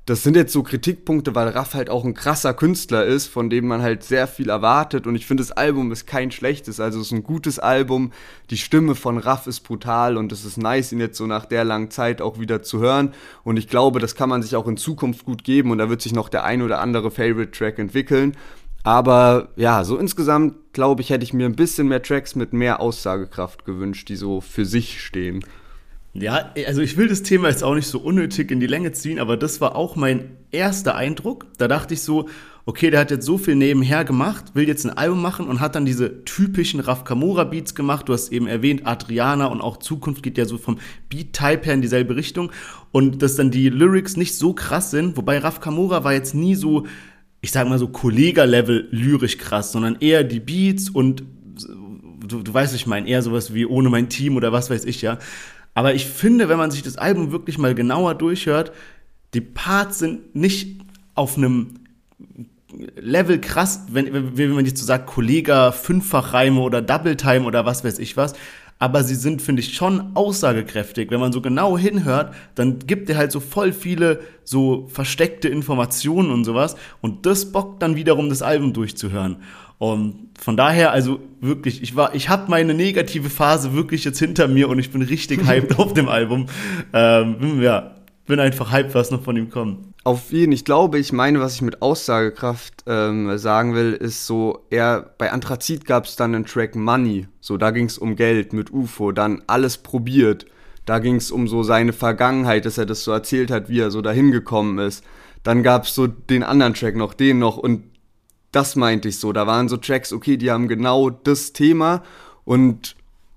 das sind jetzt so Kritikpunkte, weil Raff halt auch ein krasser Künstler ist, von dem man halt sehr viel erwartet. Und ich finde, das Album ist kein schlechtes, also es ist ein gutes Album. Die Stimme von Raff ist brutal und es ist nice, ihn jetzt so nach der langen Zeit auch wieder zu hören. Und ich glaube, das kann man sich auch in Zukunft gut geben und da wird sich noch der ein oder andere Favorite-Track entwickeln. Aber ja, so insgesamt, glaube ich, hätte ich mir ein bisschen mehr Tracks mit mehr Aussagekraft gewünscht, die so für sich stehen. Ja, also ich will das Thema jetzt auch nicht so unnötig in die Länge ziehen, aber das war auch mein erster Eindruck. Da dachte ich so, okay, der hat jetzt so viel nebenher gemacht, will jetzt ein Album machen und hat dann diese typischen Raf Kamora Beats gemacht. Du hast eben erwähnt, Adriana und auch Zukunft geht ja so vom Beat-Type her in dieselbe Richtung. Und dass dann die Lyrics nicht so krass sind, wobei Raf Kamora war jetzt nie so, ich sag mal so Kollega-Level lyrisch krass, sondern eher die Beats und du weißt, ich meine, eher sowas wie Ohne mein Team oder was weiß ich, ja. Aber ich finde, wenn man sich das Album wirklich mal genauer durchhört, die Parts sind nicht auf einem Level krass, wenn man jetzt so sagt, Kollega, Fünffachreime oder Double Time oder was weiß ich was, aber sie sind, finde ich, schon aussagekräftig. Wenn man so genau hinhört, dann gibt er halt so voll viele so versteckte Informationen und sowas und das bockt dann wiederum, das Album durchzuhören. Und von daher, also wirklich, ich habe meine negative Phase wirklich jetzt hinter mir und ich bin richtig hyped auf dem Album. Bin einfach hyped, was noch von ihm kommt. Auf jeden, ich meine, was ich mit Aussagekraft sagen will, ist so, bei Anthrazit gab es dann einen Track Money, so da ging es um Geld mit UFO, dann Alles probiert, da ging es um so seine Vergangenheit, dass er das so erzählt hat, wie er so dahin gekommen ist. Dann gab es so den anderen Track noch, den noch und das meinte ich so, da waren so Tracks, okay, die haben genau das Thema und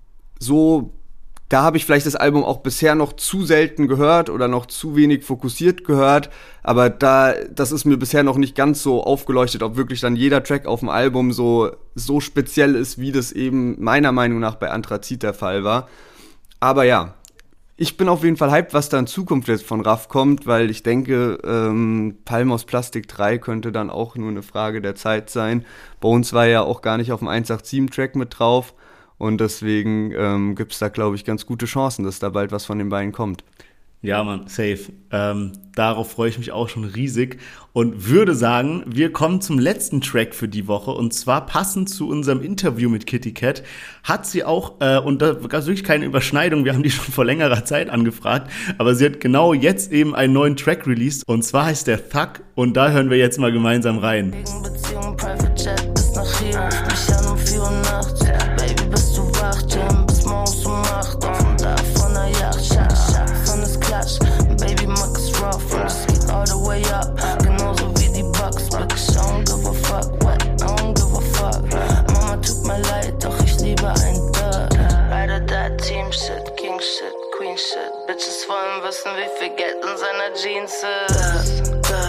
so, da habe ich vielleicht das Album auch bisher noch zu selten gehört oder noch zu wenig fokussiert gehört, aber das ist mir bisher noch nicht ganz so aufgeleuchtet, ob wirklich dann jeder Track auf dem Album so speziell ist, wie das eben meiner Meinung nach bei Anthrazit der Fall war. Aber ja, ich bin auf jeden Fall hyped, was da in Zukunft jetzt von Raff kommt, weil ich denke, Palm aus Plastik 3 könnte dann auch nur eine Frage der Zeit sein. Bones war ja auch gar nicht auf dem 187-Track mit drauf und deswegen gibt es da, glaube ich, ganz gute Chancen, dass da bald was von den beiden kommt. Ja, Mann, safe. Darauf freue ich mich auch schon riesig und würde sagen, wir kommen zum letzten Track für die Woche und zwar passend zu unserem Interview mit Kitty Cat hat sie auch, und da gab es wirklich keine Überschneidung, wir haben die schon vor längerer Zeit angefragt, aber sie hat genau jetzt eben einen neuen Track released und zwar heißt der Thug und da hören wir jetzt mal gemeinsam rein. Beziehung, Private Jet bis nach hier, ruf mich an um 4 Uhr nachts, Baby bist du wach, Jam bis morgens um 8, auf und ab von der Yacht, Sonne ist klatsch, Baby Mac ist rough und es geht all the way up, genauso wie die Bucks, bitch, I don't give a fuck, what, I don't give a fuck, Mama tut mir leid, doch ich liebe ein Duck, Ride or die, Team Shit, King Shit, Queen Shit, Bitches wollen wissen, wie viel Geld in seiner Jeans ist,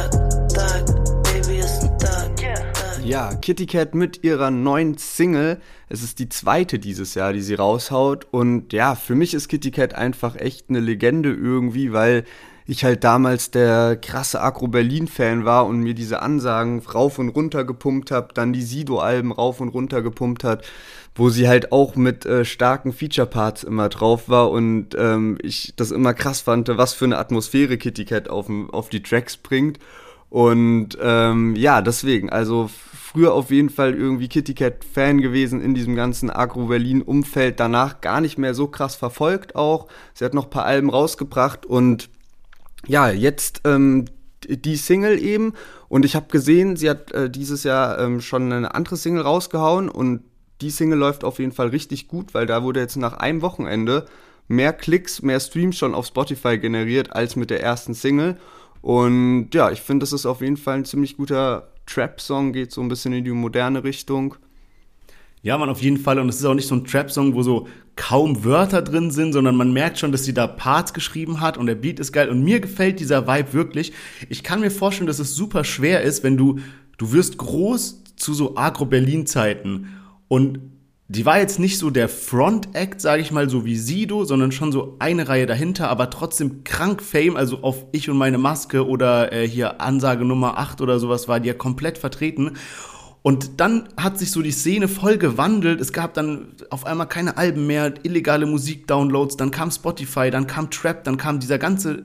Duck, Baby ist ein Duck, Ja, Kitty Cat mit ihrer neuen Single. Es ist die zweite dieses Jahr, die sie raushaut. Und ja, für mich ist Kitty Cat einfach echt eine Legende irgendwie, weil ich halt damals der krasse Agro-Berlin-Fan war und mir diese Ansagen rauf und runter gepumpt habe, dann die Sido-Alben rauf und runter gepumpt hat, wo sie halt auch mit starken Feature-Parts immer drauf war und ich das immer krass fand, was für eine Atmosphäre Kitty Cat auf die Tracks bringt. Und ja, deswegen, also früher auf jeden Fall irgendwie Kitty Cat Fan gewesen in diesem ganzen Agro-Berlin-Umfeld, danach gar nicht mehr so krass verfolgt auch. Sie hat noch ein paar Alben rausgebracht und ja, jetzt die Single eben und ich habe gesehen, sie hat dieses Jahr schon eine andere Single rausgehauen und die Single läuft auf jeden Fall richtig gut, weil da wurde jetzt nach einem Wochenende mehr Klicks, mehr Streams schon auf Spotify generiert als mit der ersten Single. Und ja, ich finde, das ist auf jeden Fall ein ziemlich guter Trap-Song, geht so ein bisschen in die moderne Richtung. Ja, man, auf jeden Fall. Und es ist auch nicht so ein Trap-Song, wo so kaum Wörter drin sind, sondern man merkt schon, dass sie da Parts geschrieben hat und der Beat ist geil. Und mir gefällt dieser Vibe wirklich. Ich kann mir vorstellen, dass es super schwer ist, wenn du wirst groß zu so Agro-Berlin-Zeiten. Und die war jetzt nicht so der Front-Act, sage ich mal, so wie Sido, sondern schon so eine Reihe dahinter, aber trotzdem krank Fame, also auf Ich und meine Maske oder hier Ansage Nummer 8 oder sowas war die ja komplett vertreten. Und dann hat sich so die Szene voll gewandelt. Es gab dann auf einmal keine Alben mehr, illegale Musikdownloads, dann kam Spotify, dann kam Trap, dann kam dieses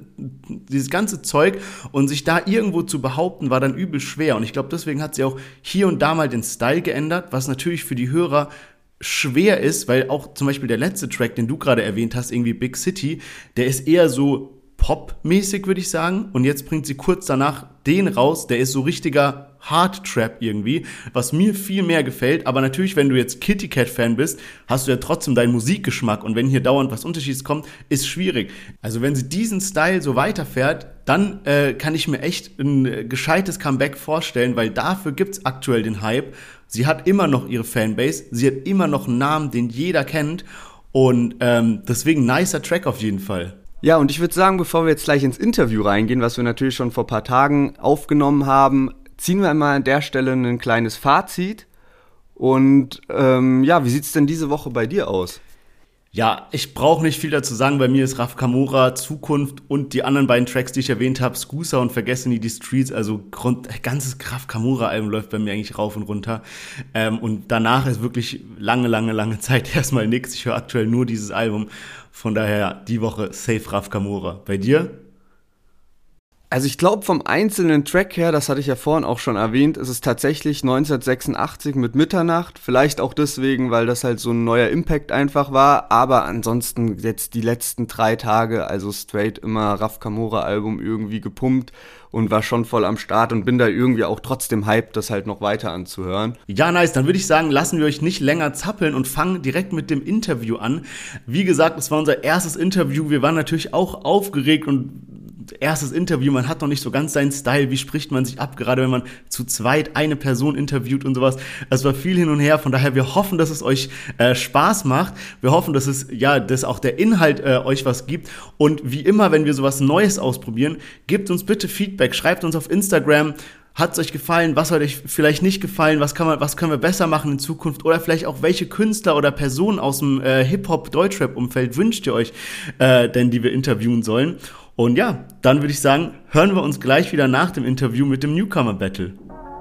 ganze Zeug. Und sich da irgendwo zu behaupten, war dann übel schwer. Und ich glaube, deswegen hat sie auch hier und da mal den Style geändert, was natürlich für die Hörer schwer ist, weil auch zum Beispiel der letzte Track, den du gerade erwähnt hast, irgendwie Big City, der ist eher so Pop-mäßig, würde ich sagen. Und jetzt bringt sie kurz danach den raus, der ist so richtiger Hard-Trap irgendwie, was mir viel mehr gefällt. Aber natürlich, wenn du jetzt Kitty Cat-Fan bist, hast du ja trotzdem deinen Musikgeschmack. Und wenn hier dauernd was Unterschiedliches kommt, ist schwierig. Also wenn sie diesen Style so weiterfährt, dann kann ich mir echt ein gescheites Comeback vorstellen, weil dafür gibt's aktuell den Hype. Sie hat immer noch ihre Fanbase, sie hat immer noch einen Namen, den jeder kennt. Und deswegen nicer Track auf jeden Fall. Ja, und ich würde sagen, bevor wir jetzt gleich ins Interview reingehen, was wir natürlich schon vor ein paar Tagen aufgenommen haben, ziehen wir einmal an der Stelle ein kleines Fazit. Und wie sieht's denn diese Woche bei dir aus? Ja, ich brauche nicht viel dazu sagen. Bei mir ist Raf Kamora, Zukunft und die anderen beiden Tracks, die ich erwähnt habe, Scooser und Vergessen nie die Streets. Also ganzes Raf Kamora-Album läuft bei mir eigentlich rauf und runter. Und danach ist wirklich lange Zeit erstmal nichts. Ich höre aktuell nur dieses Album. Von daher die Woche safe Raf Kamora. Bei dir? Also ich glaube, vom einzelnen Track her, das hatte ich ja vorhin auch schon erwähnt, ist es tatsächlich 1986 mit Mitternacht. Vielleicht auch deswegen, weil das halt so ein neuer Impact einfach war. Aber ansonsten jetzt die letzten 3 Tage, also straight immer Raf Kamora Album irgendwie gepumpt und war schon voll am Start und bin da irgendwie auch trotzdem hyped, das halt noch weiter anzuhören. Ja, nice. Dann würde ich sagen, lassen wir euch nicht länger zappeln und fangen direkt mit dem Interview an. Wie gesagt, es war unser erstes Interview. Wir waren natürlich auch aufgeregt und erstes Interview, man hat noch nicht so ganz seinen Style, wie spricht man sich ab, gerade wenn man zu zweit eine Person interviewt und sowas. Es war viel hin und her, von daher, wir hoffen, dass es euch Spaß macht. Wir hoffen, dass auch der Inhalt euch was gibt. Und wie immer, wenn wir sowas Neues ausprobieren, gebt uns bitte Feedback, schreibt uns auf Instagram, hat es euch gefallen, was hat euch vielleicht nicht gefallen, was können wir besser machen in Zukunft oder vielleicht auch welche Künstler oder Personen aus dem Hip-Hop-Deutschrap-Umfeld wünscht ihr euch denn, die wir interviewen sollen. Und ja, dann würde ich sagen, hören wir uns gleich wieder nach dem Interview mit dem Newcomer Battle.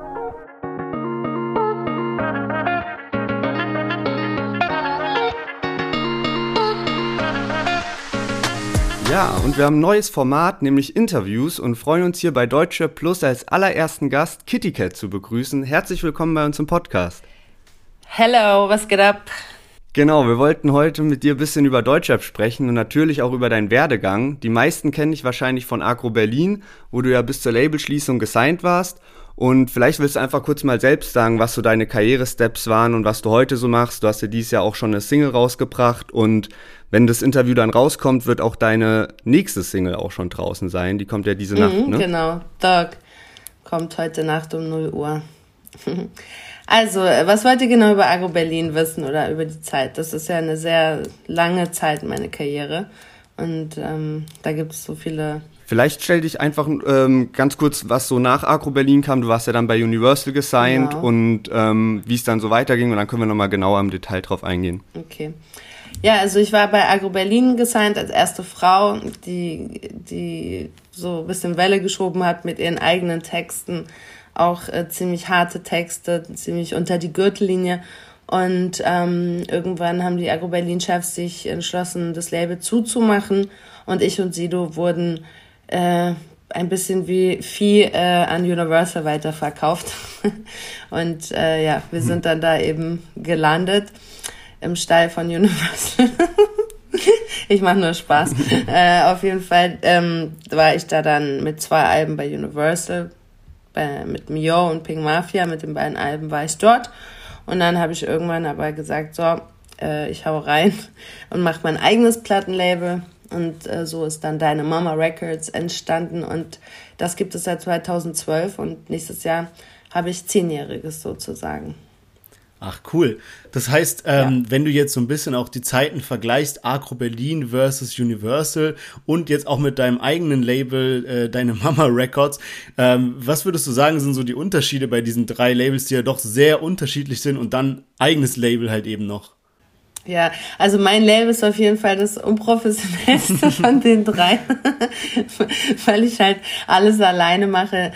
Ja, und wir haben ein neues Format, nämlich Interviews, und freuen uns hier bei Deutschrap Plus als allerersten Gast Kitty Cat zu begrüßen. Herzlich willkommen bei uns im Podcast. Hello, was geht ab? Genau, wir wollten heute mit dir ein bisschen über Deutschrap sprechen und natürlich auch über deinen Werdegang. Die meisten kennen dich wahrscheinlich von Agro Berlin, wo du ja bis zur Labelschließung gesigned warst. Und vielleicht willst du einfach kurz mal selbst sagen, was so deine Karrieresteps waren und was du heute so machst. Du hast ja dieses Jahr auch schon eine Single rausgebracht und wenn das Interview dann rauskommt, wird auch deine nächste Single auch schon draußen sein. Die kommt ja diese Nacht, ne? Genau, Dog kommt heute Nacht um 0 Uhr. Also, was wollt ihr genau über Agro Berlin wissen oder über die Zeit? Das ist ja eine sehr lange Zeit, meine Karriere. Und da gibt es so viele... Vielleicht stell dich einfach ganz kurz, was so nach Agro Berlin kam. Du warst ja dann bei Universal gesigned, genau. Und wie es dann so weiterging. Und dann können wir nochmal genauer im Detail drauf eingehen. Okay. Ja, also ich war bei Agro Berlin gesigned als erste Frau, die so ein bisschen Welle geschoben hat mit ihren eigenen Texten. Auch ziemlich harte Texte, ziemlich unter die Gürtellinie. Und irgendwann haben die Agro Berlin-Chefs sich entschlossen, das Label zuzumachen. Und ich und Sido wurden ein bisschen wie Vieh an Universal weiterverkauft. Und wir sind dann da eben gelandet im Stall von Universal. Ich mache nur Spaß. Auf jeden Fall war ich da dann mit 2 Alben bei Universal. Mit Mio und Pink Mafia, mit den beiden Alben war ich dort. Und dann habe ich irgendwann aber gesagt, so, ich hau rein und mache mein eigenes Plattenlabel. Und so ist dann Deine Mama Records entstanden. Und das gibt es seit 2012. Und nächstes Jahr habe ich 10-Jähriges sozusagen. Ach, cool. Das heißt, wenn du jetzt so ein bisschen auch die Zeiten vergleichst, Agro Berlin versus Universal und jetzt auch mit deinem eigenen Label, Deine Mama Records, was würdest du sagen, sind so die Unterschiede bei diesen 3 Labels, die ja doch sehr unterschiedlich sind und dann eigenes Label halt eben noch? Ja, also mein Label ist auf jeden Fall das unprofessionellste von den drei, weil ich halt alles alleine mache,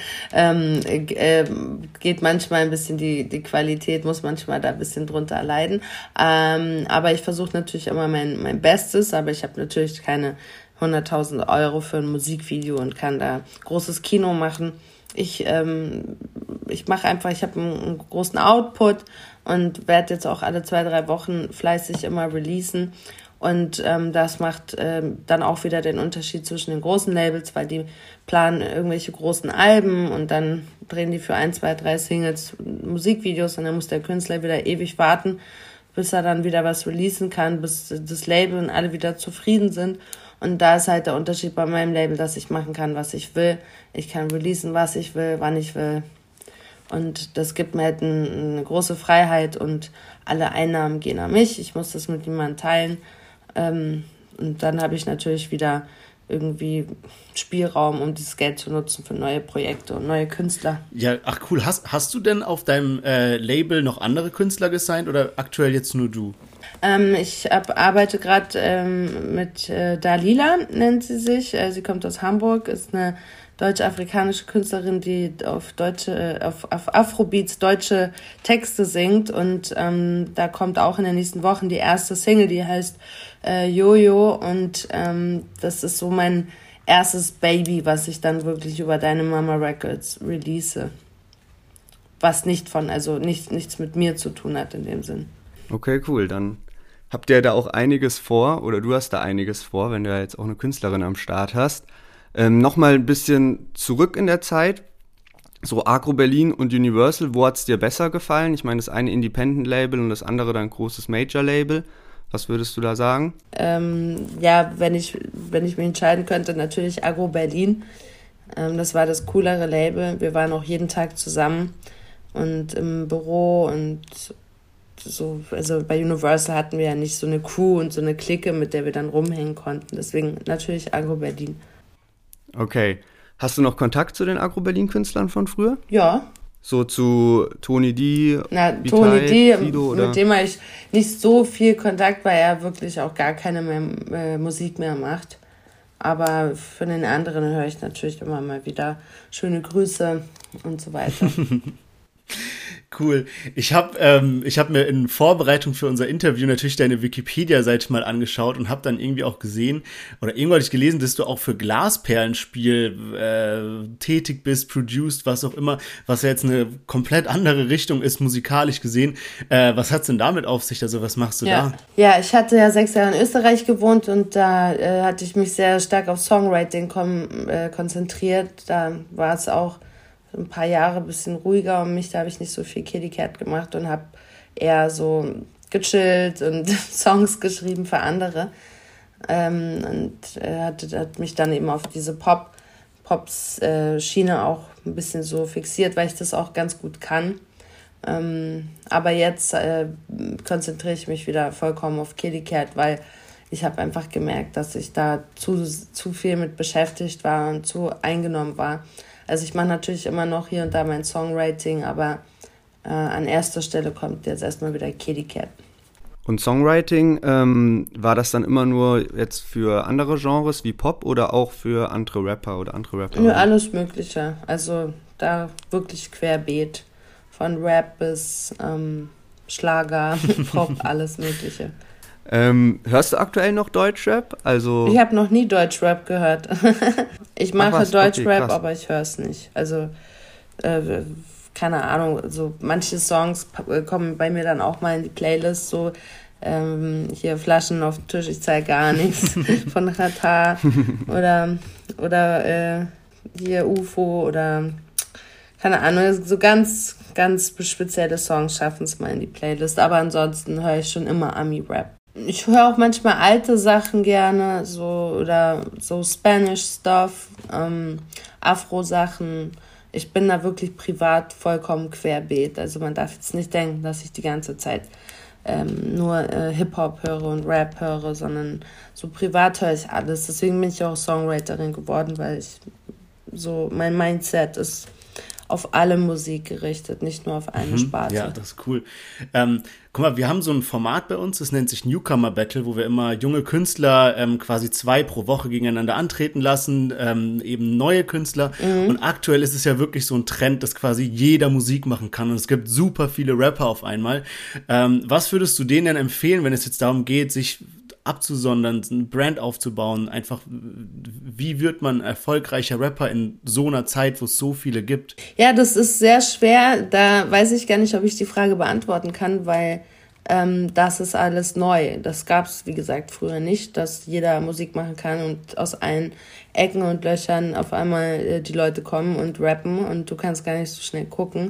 geht manchmal ein bisschen die Qualität, muss manchmal da ein bisschen drunter leiden, aber ich versuche natürlich immer mein Bestes, aber ich habe natürlich keine 100.000 Euro für ein Musikvideo und kann da großes Kino machen. Ich mache einfach, ich habe einen großen Output und werde jetzt auch alle 2-3 Wochen fleißig immer releasen. Und das macht dann auch wieder den Unterschied zwischen den großen Labels, weil die planen irgendwelche großen Alben und dann drehen die für 1, 2, 3 Singles Musikvideos und dann muss der Künstler wieder ewig warten, bis er dann wieder was releasen kann, bis das Label und alle wieder zufrieden sind. Und da ist halt der Unterschied bei meinem Label, dass ich machen kann, was ich will. Ich kann releasen, was ich will, wann ich will. Und das gibt mir halt eine große Freiheit und alle Einnahmen gehen an mich. Ich muss das mit niemandem teilen. Und dann habe ich natürlich wieder irgendwie Spielraum, um dieses Geld zu nutzen für neue Projekte und neue Künstler. Ja, ach cool. Hast du denn auf deinem Label noch andere Künstler gesigned oder aktuell jetzt nur du? Ich arbeite gerade mit Dalila, nennt sie sich. Sie kommt aus Hamburg, ist eine deutsch-afrikanische Künstlerin, die auf Afrobeats deutsche Texte singt. Und da kommt auch in den nächsten Wochen die erste Single, die heißt Jojo. Und das ist so mein erstes Baby, was ich dann wirklich über Deine Mama Records release. Was nichts mit mir zu tun hat in dem Sinn. Okay, cool. Dann habt ihr da auch einiges vor, oder du hast da einiges vor, wenn du ja jetzt auch eine Künstlerin am Start hast. Nochmal ein bisschen zurück in der Zeit, so Agro Berlin und Universal, wo hat es dir besser gefallen? Ich meine, das eine Independent-Label und das andere dann großes Major-Label. Was würdest du da sagen? Ja, wenn ich mich entscheiden könnte, natürlich Agro Berlin. Das war das coolere Label. Wir waren auch jeden Tag zusammen und im Büro und so, also bei Universal hatten wir ja nicht so eine Crew und so eine Clique, mit der wir dann rumhängen konnten. Deswegen natürlich Agro Berlin. Okay. Hast du noch Kontakt zu den Agro Berlin-Künstlern von früher? Ja. So zu Tony D, Tony D, Sido, oder? mit dem habe ich nicht so viel Kontakt, weil er wirklich auch gar keine Musik mehr macht. Aber von den anderen höre ich natürlich immer mal wieder schöne Grüße und so weiter. Cool. Ich hab mir in Vorbereitung für unser Interview natürlich deine Wikipedia-Seite mal angeschaut und habe dann irgendwie auch gesehen, oder irgendwo hatte ich gelesen, dass du auch für Glasperlenspiel tätig bist, produced, was auch immer, was ja jetzt eine komplett andere Richtung ist, musikalisch gesehen. Was hat's denn damit auf sich? Also was machst du da? Ja, ich hatte ja 6 Jahre in Österreich gewohnt und da hatte ich mich sehr stark auf Songwriting konzentriert. Da war es auch ein paar Jahre ein bisschen ruhiger um mich, da habe ich nicht so viel Kitty Cat gemacht und habe eher so gechillt und Songs geschrieben für andere und hat mich dann eben auf diese Pops-Schiene auch ein bisschen so fixiert, weil ich das auch ganz gut kann. Aber jetzt konzentriere ich mich wieder vollkommen auf Kitty Cat, weil ich habe einfach gemerkt, dass ich da zu viel mit beschäftigt war und zu eingenommen war. Also ich mache natürlich immer noch hier und da mein Songwriting, aber an erster Stelle kommt jetzt erstmal wieder Kitty Cat. Und Songwriting, war das dann immer nur jetzt für andere Genres wie Pop oder auch für andere Rapper oder andere Rapper? Ja, alles Mögliche. Also da wirklich querbeet. Von Rap bis Schlager, Pop, alles Mögliche. Hörst du aktuell noch Deutschrap? Also ich habe noch nie Deutschrap gehört. Ich mache Deutschrap, okay, aber ich höre es nicht. Also, keine Ahnung, so manche Songs kommen bei mir dann auch mal in die Playlist, so hier Flaschen auf dem Tisch, ich zeige gar nichts von Rata oder hier UFO oder keine Ahnung, so ganz, ganz spezielle Songs schaffen es mal in die Playlist, aber ansonsten höre ich schon immer Ami-Rap. Ich höre auch manchmal alte Sachen gerne, oder so Spanish-Stuff, Afro-Sachen. Ich bin da wirklich privat vollkommen querbeet. Also man darf jetzt nicht denken, dass ich die ganze Zeit nur Hip-Hop höre und Rap höre, sondern so privat höre ich alles. Deswegen bin ich auch Songwriterin geworden, weil ich so, mein Mindset ist auf alle Musik gerichtet, nicht nur auf eine Sparte. Ja, das ist cool. Guck mal, wir haben so ein Format bei uns, das nennt sich Newcomer Battle, wo wir immer junge Künstler quasi 2 pro Woche gegeneinander antreten lassen, eben neue Künstler. Und aktuell ist es ja wirklich so ein Trend, dass quasi jeder Musik machen kann und es gibt super viele Rapper auf einmal. Was würdest du denen denn empfehlen, wenn es jetzt darum geht, sich abzusondern, ein Brand aufzubauen, einfach, wie wird man erfolgreicher Rapper in so einer Zeit, wo es so viele gibt? Ja, das ist sehr schwer, da weiß ich gar nicht, ob ich die Frage beantworten kann, weil das ist alles neu. Das gab es, wie gesagt, früher nicht, dass jeder Musik machen kann und aus allen Ecken und Löchern auf einmal die Leute kommen und rappen und du kannst gar nicht so schnell gucken.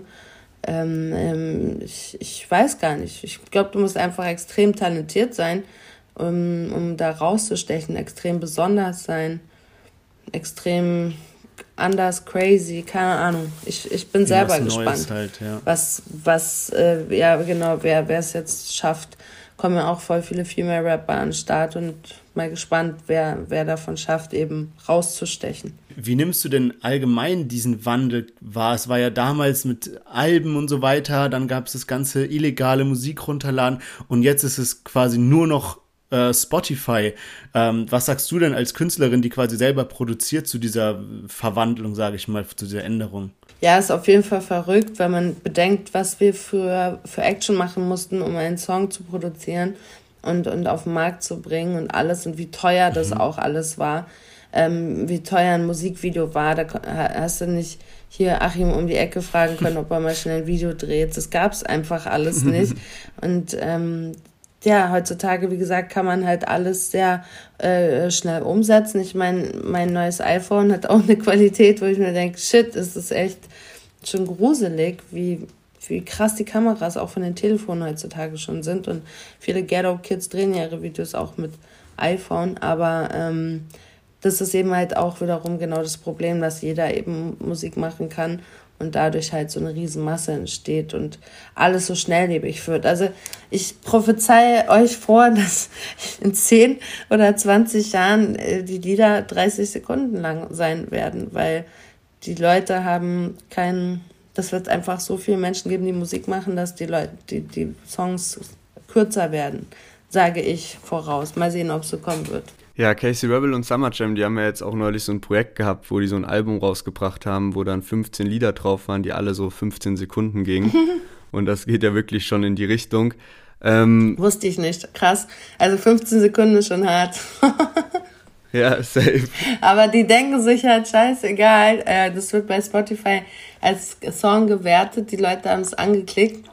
Ich weiß gar nicht. Ich glaube, du musst einfach extrem talentiert sein, um da rauszustechen, extrem besonders sein, extrem anders, crazy, keine Ahnung. Ich bin selber gespannt, halt, ja. ja genau, wer es jetzt schafft. Kommen ja auch voll viele Female Rapper an den Start und mal gespannt, wer davon schafft, eben rauszustechen. Wie nimmst du denn allgemein diesen Wandel wahr? Es war ja damals mit Alben und so weiter, dann gab es das ganze illegale Musik runterladen und jetzt ist es quasi nur noch Spotify. Was sagst du denn als Künstlerin, die quasi selber produziert, zu dieser Verwandlung, sage ich mal, zu dieser Änderung? Ja, ist auf jeden Fall verrückt, wenn man bedenkt, was wir für Action machen mussten, um einen Song zu produzieren und auf den Markt zu bringen und alles und wie teuer das auch alles war, wie teuer ein Musikvideo war. Da hast du nicht hier Achim um die Ecke fragen können, ob er mal schnell ein Video dreht. Das gab's einfach alles nicht. Und ja, heutzutage, wie gesagt, kann man halt alles sehr schnell umsetzen. Ich meine, mein neues iPhone hat auch eine Qualität, wo ich mir denke, shit, es ist echt schon gruselig, wie krass die Kameras auch von den Telefonen heutzutage schon sind. Und viele Ghetto-Kids drehen ihre Videos auch mit iPhone. Aber das ist eben halt auch wiederum genau das Problem, dass jeder eben Musik machen kann und dadurch halt so eine Riesenmasse entsteht und alles so schnelllebig wird. Also ich prophezeie euch vor, dass in 10 oder 20 Jahren die Lieder 30 Sekunden lang sein werden, weil die Leute haben das wird einfach so viele Menschen geben, die Musik machen, dass die Songs kürzer werden, sage ich voraus. Mal sehen, ob es so kommen wird. Ja, Casey Rebel und Summer Jam, die haben ja jetzt auch neulich so ein Projekt gehabt, wo die so ein Album rausgebracht haben, wo dann 15 Lieder drauf waren, die alle so 15 Sekunden gingen. Und das geht ja wirklich schon in die Richtung. Wusste ich nicht. Krass. Also 15 Sekunden ist schon hart. Ja, safe. Aber die denken sich halt, scheißegal. Das wird bei Spotify als Song gewertet. Die Leute haben es angeklickt.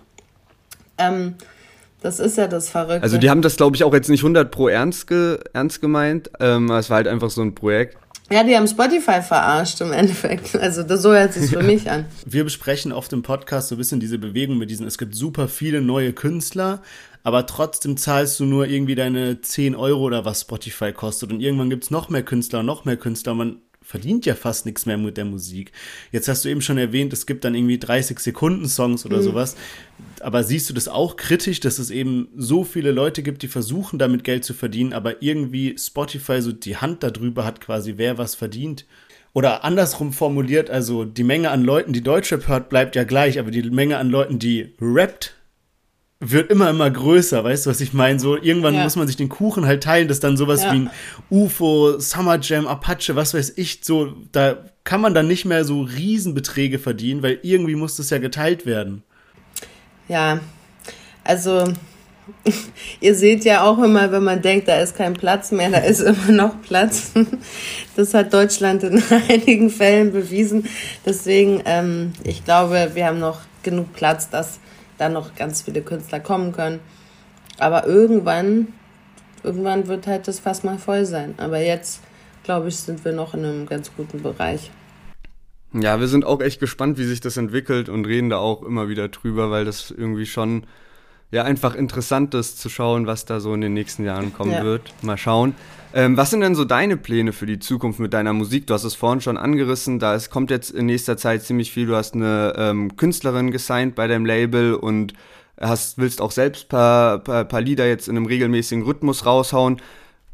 Das ist ja das Verrückte. Also die haben das, glaube ich, auch jetzt nicht 100% ernst gemeint. Es war halt einfach so ein Projekt. Ja, die haben Spotify verarscht im Endeffekt. Also so hört es sich für mich an. Wir besprechen auf dem Podcast so ein bisschen diese Bewegung mit es gibt super viele neue Künstler, aber trotzdem zahlst du nur irgendwie deine 10 Euro oder was Spotify kostet. Und irgendwann gibt es noch mehr Künstler. Man verdient ja fast nichts mehr mit der Musik. Jetzt hast du eben schon erwähnt, es gibt dann irgendwie 30-Sekunden-Songs oder sowas. Aber siehst du das auch kritisch, dass es eben so viele Leute gibt, die versuchen, damit Geld zu verdienen, aber irgendwie Spotify so die Hand darüber hat quasi, wer was verdient? Oder andersrum formuliert, also die Menge an Leuten, die Deutschrap hört, bleibt ja gleich, aber die Menge an Leuten, die rappt, wird immer größer, weißt du, was ich meine? So, irgendwann muss man sich den Kuchen halt teilen, dass dann sowas wie ein UFO, Summer Jam, Apache, was weiß ich, so, da kann man dann nicht mehr so Riesenbeträge verdienen, weil irgendwie muss das ja geteilt werden. Ja, also ihr seht ja auch immer, wenn man denkt, da ist kein Platz mehr, da ist immer noch Platz. Das hat Deutschland in einigen Fällen bewiesen. Deswegen, ich glaube, wir haben noch genug Platz, dass da noch ganz viele Künstler kommen können. Aber irgendwann wird halt das Fass mal voll sein. Aber jetzt, glaube ich, sind wir noch in einem ganz guten Bereich. Ja, wir sind auch echt gespannt, wie sich das entwickelt und reden da auch immer wieder drüber, weil das irgendwie schon ja einfach interessant ist zu schauen, was da so in den nächsten Jahren kommen wird. Mal schauen. Was sind denn so deine Pläne für die Zukunft mit deiner Musik? Du hast es vorhin schon angerissen, kommt jetzt in nächster Zeit ziemlich viel. Du hast eine Künstlerin gesigned bei deinem Label und willst auch selbst paar Lieder jetzt in einem regelmäßigen Rhythmus raushauen.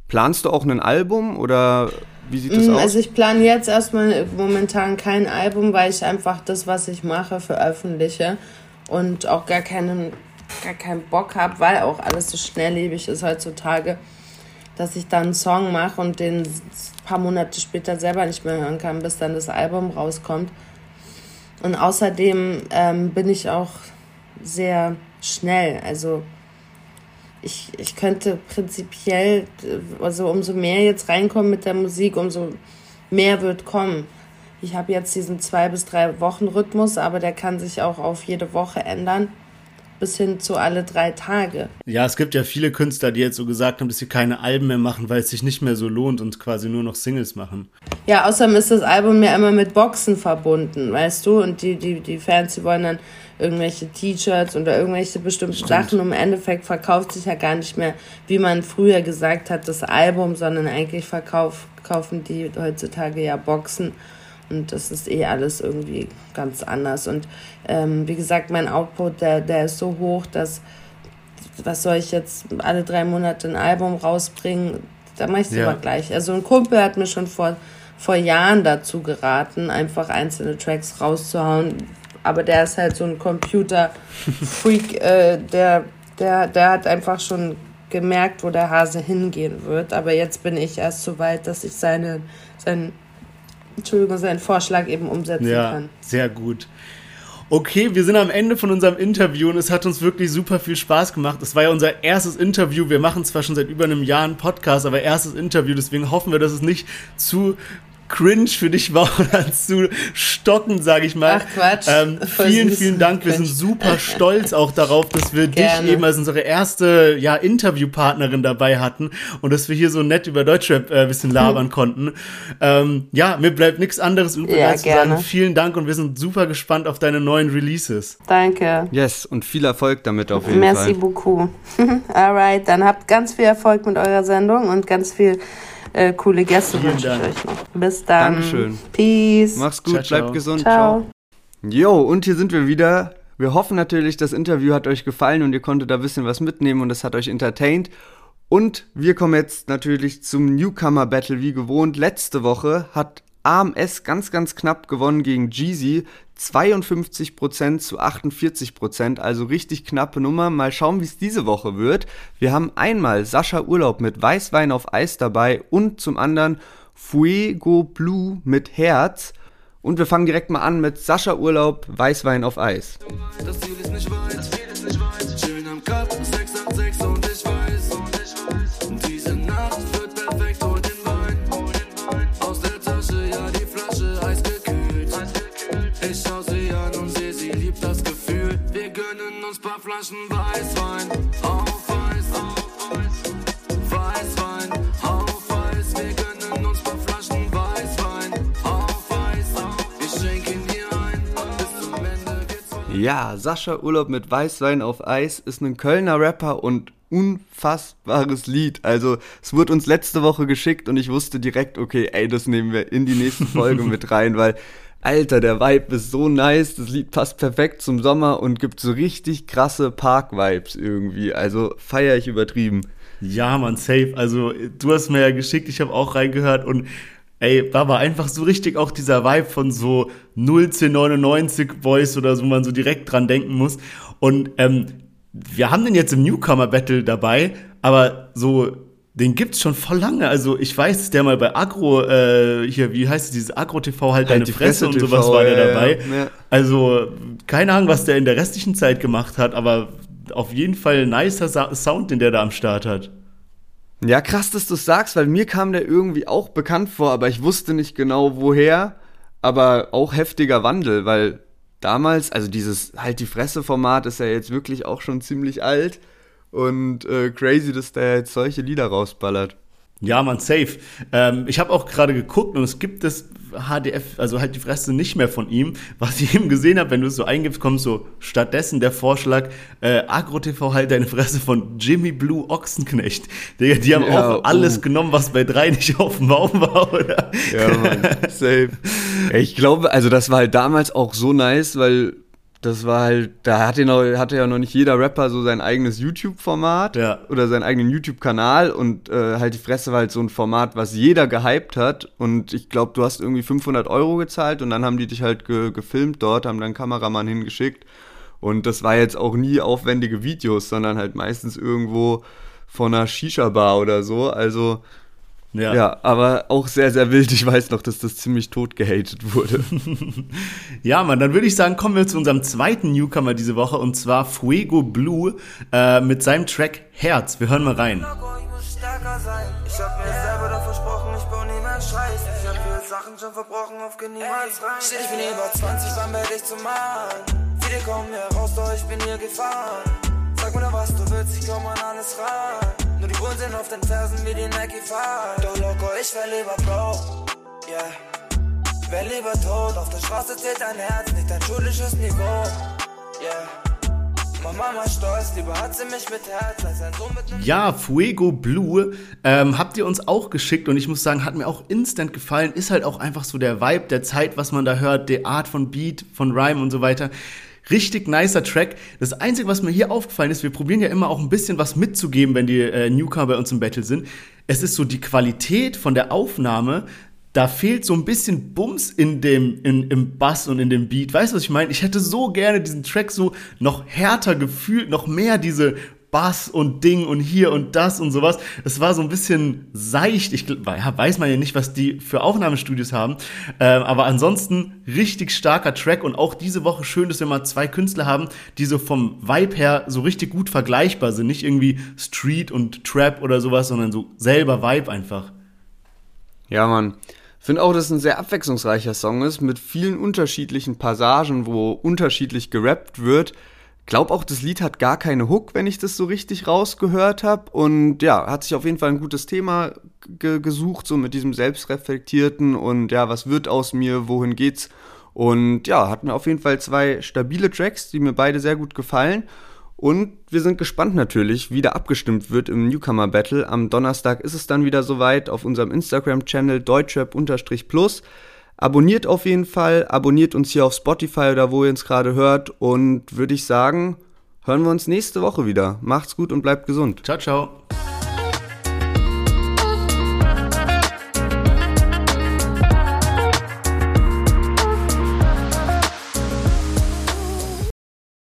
Planst du auch ein Album oder wie sieht das aus? Also ich plane jetzt erstmal momentan kein Album, weil ich einfach das, was ich mache, veröffentliche und auch gar keinen Bock habe, weil auch alles so schnelllebig ist heutzutage, dass ich dann einen Song mache und den ein paar Monate später selber nicht mehr hören kann, bis dann das Album rauskommt. Und außerdem bin ich auch sehr schnell. Also ich könnte prinzipiell, also umso mehr jetzt reinkommen mit der Musik, umso mehr wird kommen. Ich habe jetzt diesen 2 bis 3 Wochen Rhythmus, aber der kann sich auch auf jede Woche ändern, bis hin zu alle 3 Tage. Ja, es gibt ja viele Künstler, die jetzt so gesagt haben, dass sie keine Alben mehr machen, weil es sich nicht mehr so lohnt und quasi nur noch Singles machen. Ja, außerdem ist das Album ja immer mit Boxen verbunden, weißt du? Und die Fans, die wollen dann irgendwelche T-Shirts oder irgendwelche bestimmten Sachen. Und im Endeffekt verkauft sich ja gar nicht mehr, wie man früher gesagt hat, das Album, sondern eigentlich kaufen die heutzutage ja Boxen. Und das ist alles irgendwie ganz anders. Und wie gesagt, mein Output, der ist so hoch, dass, was soll ich jetzt alle 3 Monate ein Album rausbringen? Da mache ich es immer gleich. Also ein Kumpel hat mir schon vor Jahren dazu geraten, einfach einzelne Tracks rauszuhauen. Aber der ist halt so ein Computer-Freak, der hat einfach schon gemerkt, wo der Hase hingehen wird. Aber jetzt bin ich erst so weit, dass ich seinen Vorschlag eben umsetzen kann. Ja, sehr gut. Okay, wir sind am Ende von unserem Interview und es hat uns wirklich super viel Spaß gemacht. Es war ja unser erstes Interview. Wir machen zwar schon seit über einem Jahr einen Podcast, aber erstes Interview. Deswegen hoffen wir, dass es nicht zu cringe für dich war oder zu stockend, sage ich mal. Ach Quatsch. Vielen Dank. Wir sind super stolz auch darauf, dass wir dich eben als unsere erste Interviewpartnerin dabei hatten und dass wir hier so nett über Deutschrap ein bisschen labern konnten. Mir bleibt nichts anderes übrig, als zu sagen, vielen Dank und wir sind super gespannt auf deine neuen Releases. Danke. Yes, und viel Erfolg damit auf jeden Fall. Merci beaucoup. Alright, dann habt ganz viel Erfolg mit eurer Sendung und ganz viel coole Gäste wünsche ich euch noch. Bis dann. Dankeschön. Peace. Mach's gut, ciao. bleibt gesund. Ciao. Jo, und hier sind wir wieder. Wir hoffen natürlich, das Interview hat euch gefallen und ihr konntet da ein bisschen was mitnehmen und es hat euch entertained. Und wir kommen jetzt natürlich zum Newcomer-Battle wie gewohnt. Letzte Woche hat AMS ganz, ganz knapp gewonnen gegen Jeezy. 52% zu 48%, also richtig knappe Nummer. Mal schauen, wie es diese Woche wird. Wir haben einmal Sascha Urlaub mit Weißwein auf Eis dabei und zum anderen Fuego Blue mit Herz. Und wir fangen direkt mal an mit Sascha Urlaub, Weißwein auf Eis. Das Ziel ist nicht weit, schön am Cut, 686 und ich weiß, diese Nacht wird perfekt, hol den Wein, aus der Tasche, ja die Flasche, eisgekühlt, ich schau sie an und sie liebt das Gefühl, wir gönnen uns paar Flaschen Weißwein, auf Eis, Weißwein, auf Eis, wir gönnen uns paar Flaschen Weißwein, auf Eis, ich schenk ihn dir ein, bis zum Ende geht's weiter. Ja, Sascha Urlaub mit Weißwein auf Eis ist ein Kölner Rapper und unfassbares Lied. Also es wurde uns letzte Woche geschickt und ich wusste direkt, okay, das nehmen wir in die nächste Folge mit rein, weil, Alter, der Vibe ist so nice, das Lied passt perfekt zum Sommer und gibt so richtig krasse Park-Vibes irgendwie. Also feiere ich übertrieben. Ja, man, safe. Also du hast mir ja geschickt, ich habe auch reingehört und war einfach so richtig auch dieser Vibe von so 01099 Voice oder so, wo man so direkt dran denken muss. Und wir haben den jetzt im Newcomer-Battle dabei, aber so, den gibt's schon voll lange. Also ich weiß, dass der mal bei Agro, wie heißt es, dieses Agro-TV, halt deine Fresse und sowas war der dabei. Ja. Also keine Ahnung, was der in der restlichen Zeit gemacht hat, aber auf jeden Fall ein nicer Sound, den der da am Start hat. Ja, krass, dass du es sagst, weil mir kam der irgendwie auch bekannt vor, aber ich wusste nicht genau woher, aber auch heftiger Wandel, weil damals, also dieses Halt die Fresse-Format ist ja jetzt wirklich auch schon ziemlich alt und crazy, dass der jetzt solche Lieder rausballert. Ja, man, safe. Ich habe auch gerade geguckt und es gibt das HDF, also Halt die Fresse nicht mehr von ihm. Was ich eben gesehen habe, wenn du es so eingibst, kommt so stattdessen der Vorschlag, Agro-TV Halt deine Fresse von Jimmy Blue Ochsenknecht. Die haben auch alles genommen, was bei 3 nicht auf dem Baum war, oder? Ja, Mann, safe. Ich glaube, also das war halt damals auch so nice, weil das war halt, da hatte ja noch nicht jeder Rapper so sein eigenes YouTube-Format oder seinen eigenen YouTube-Kanal und halt die Fresse war halt so ein Format, was jeder gehypt hat und ich glaube, du hast irgendwie 500 € gezahlt und dann haben die dich halt gefilmt dort, haben dann einen Kameramann hingeschickt und das war jetzt auch nie aufwendige Videos, sondern halt meistens irgendwo von einer Shisha-Bar oder so, also ja, aber auch sehr, sehr wild. Ich weiß noch, dass das ziemlich tot gehatet wurde. Ja, Mann, dann würde ich sagen, kommen wir zu unserem zweiten Newcomer diese Woche und zwar Fuego Blue mit seinem Track Herz. Wir hören mal rein. Ich muss stärker sein. Ich hab mir selber doch versprochen, ich baue nie mehr Scheiß. Ich hab viele Sachen schon verbrochen, auf geh niemals rein. Shit, ich bin über 20, wann werde ich zum Mann? Viele kommen hier raus, doch ich bin hier gefahren. Sag mir doch, was du willst, ich komm an alles ran. Nur die Bullen sind auf den Fersen wie die Nike-Fahrer. Doch loco, ich wär lieber Bro, yeah. Wär lieber tot, auf der Straße zählt dein Herz, nicht dein schulisches Niveau, yeah. Mama stolz, lieber hat sie mich mit Herz, als ein Sohn mit nem... Ja, Fuego Blue habt ihr uns auch geschickt und ich muss sagen, hat mir auch instant gefallen. Ist halt auch einfach so der Vibe der Zeit, was man da hört, die Art von Beat, von Rhyme und so weiter. Richtig nicer Track. Das Einzige, was mir hier aufgefallen ist, wir probieren ja immer auch ein bisschen was mitzugeben, wenn die Newcomer bei uns im Battle sind. Es ist so die Qualität von der Aufnahme, da fehlt so ein bisschen Bums im Bass und in dem Beat. Weißt du, was ich meine? Ich hätte so gerne diesen Track so noch härter gefühlt, noch mehr diese Bass und Ding und hier und das und sowas. Es war so ein bisschen seicht. Weiß man ja nicht, was die für Aufnahmestudios haben. Aber ansonsten richtig starker Track und auch diese Woche schön, dass wir mal zwei Künstler haben, die so vom Vibe her so richtig gut vergleichbar sind. Nicht irgendwie Street und Trap oder sowas, sondern so selber Vibe einfach. Ja, Mann. Ich finde auch, dass es ein sehr abwechslungsreicher Song ist, mit vielen unterschiedlichen Passagen, wo unterschiedlich gerappt wird. Glaub auch, das Lied hat gar keine Hook, wenn ich das so richtig rausgehört habe. Und ja, hat sich auf jeden Fall ein gutes Thema gesucht, so mit diesem Selbstreflektierten und ja, was wird aus mir, wohin geht's? Und ja, hatten wir auf jeden Fall zwei stabile Tracks, die mir beide sehr gut gefallen. Und wir sind gespannt natürlich, wie da abgestimmt wird im Newcomer-Battle. Am Donnerstag ist es dann wieder soweit auf unserem Instagram-Channel deutschrap_plus. Abonniert auf jeden Fall, abonniert uns hier auf Spotify oder wo ihr uns gerade hört und würde ich sagen, hören wir uns nächste Woche wieder. Macht's gut und bleibt gesund. Ciao, ciao.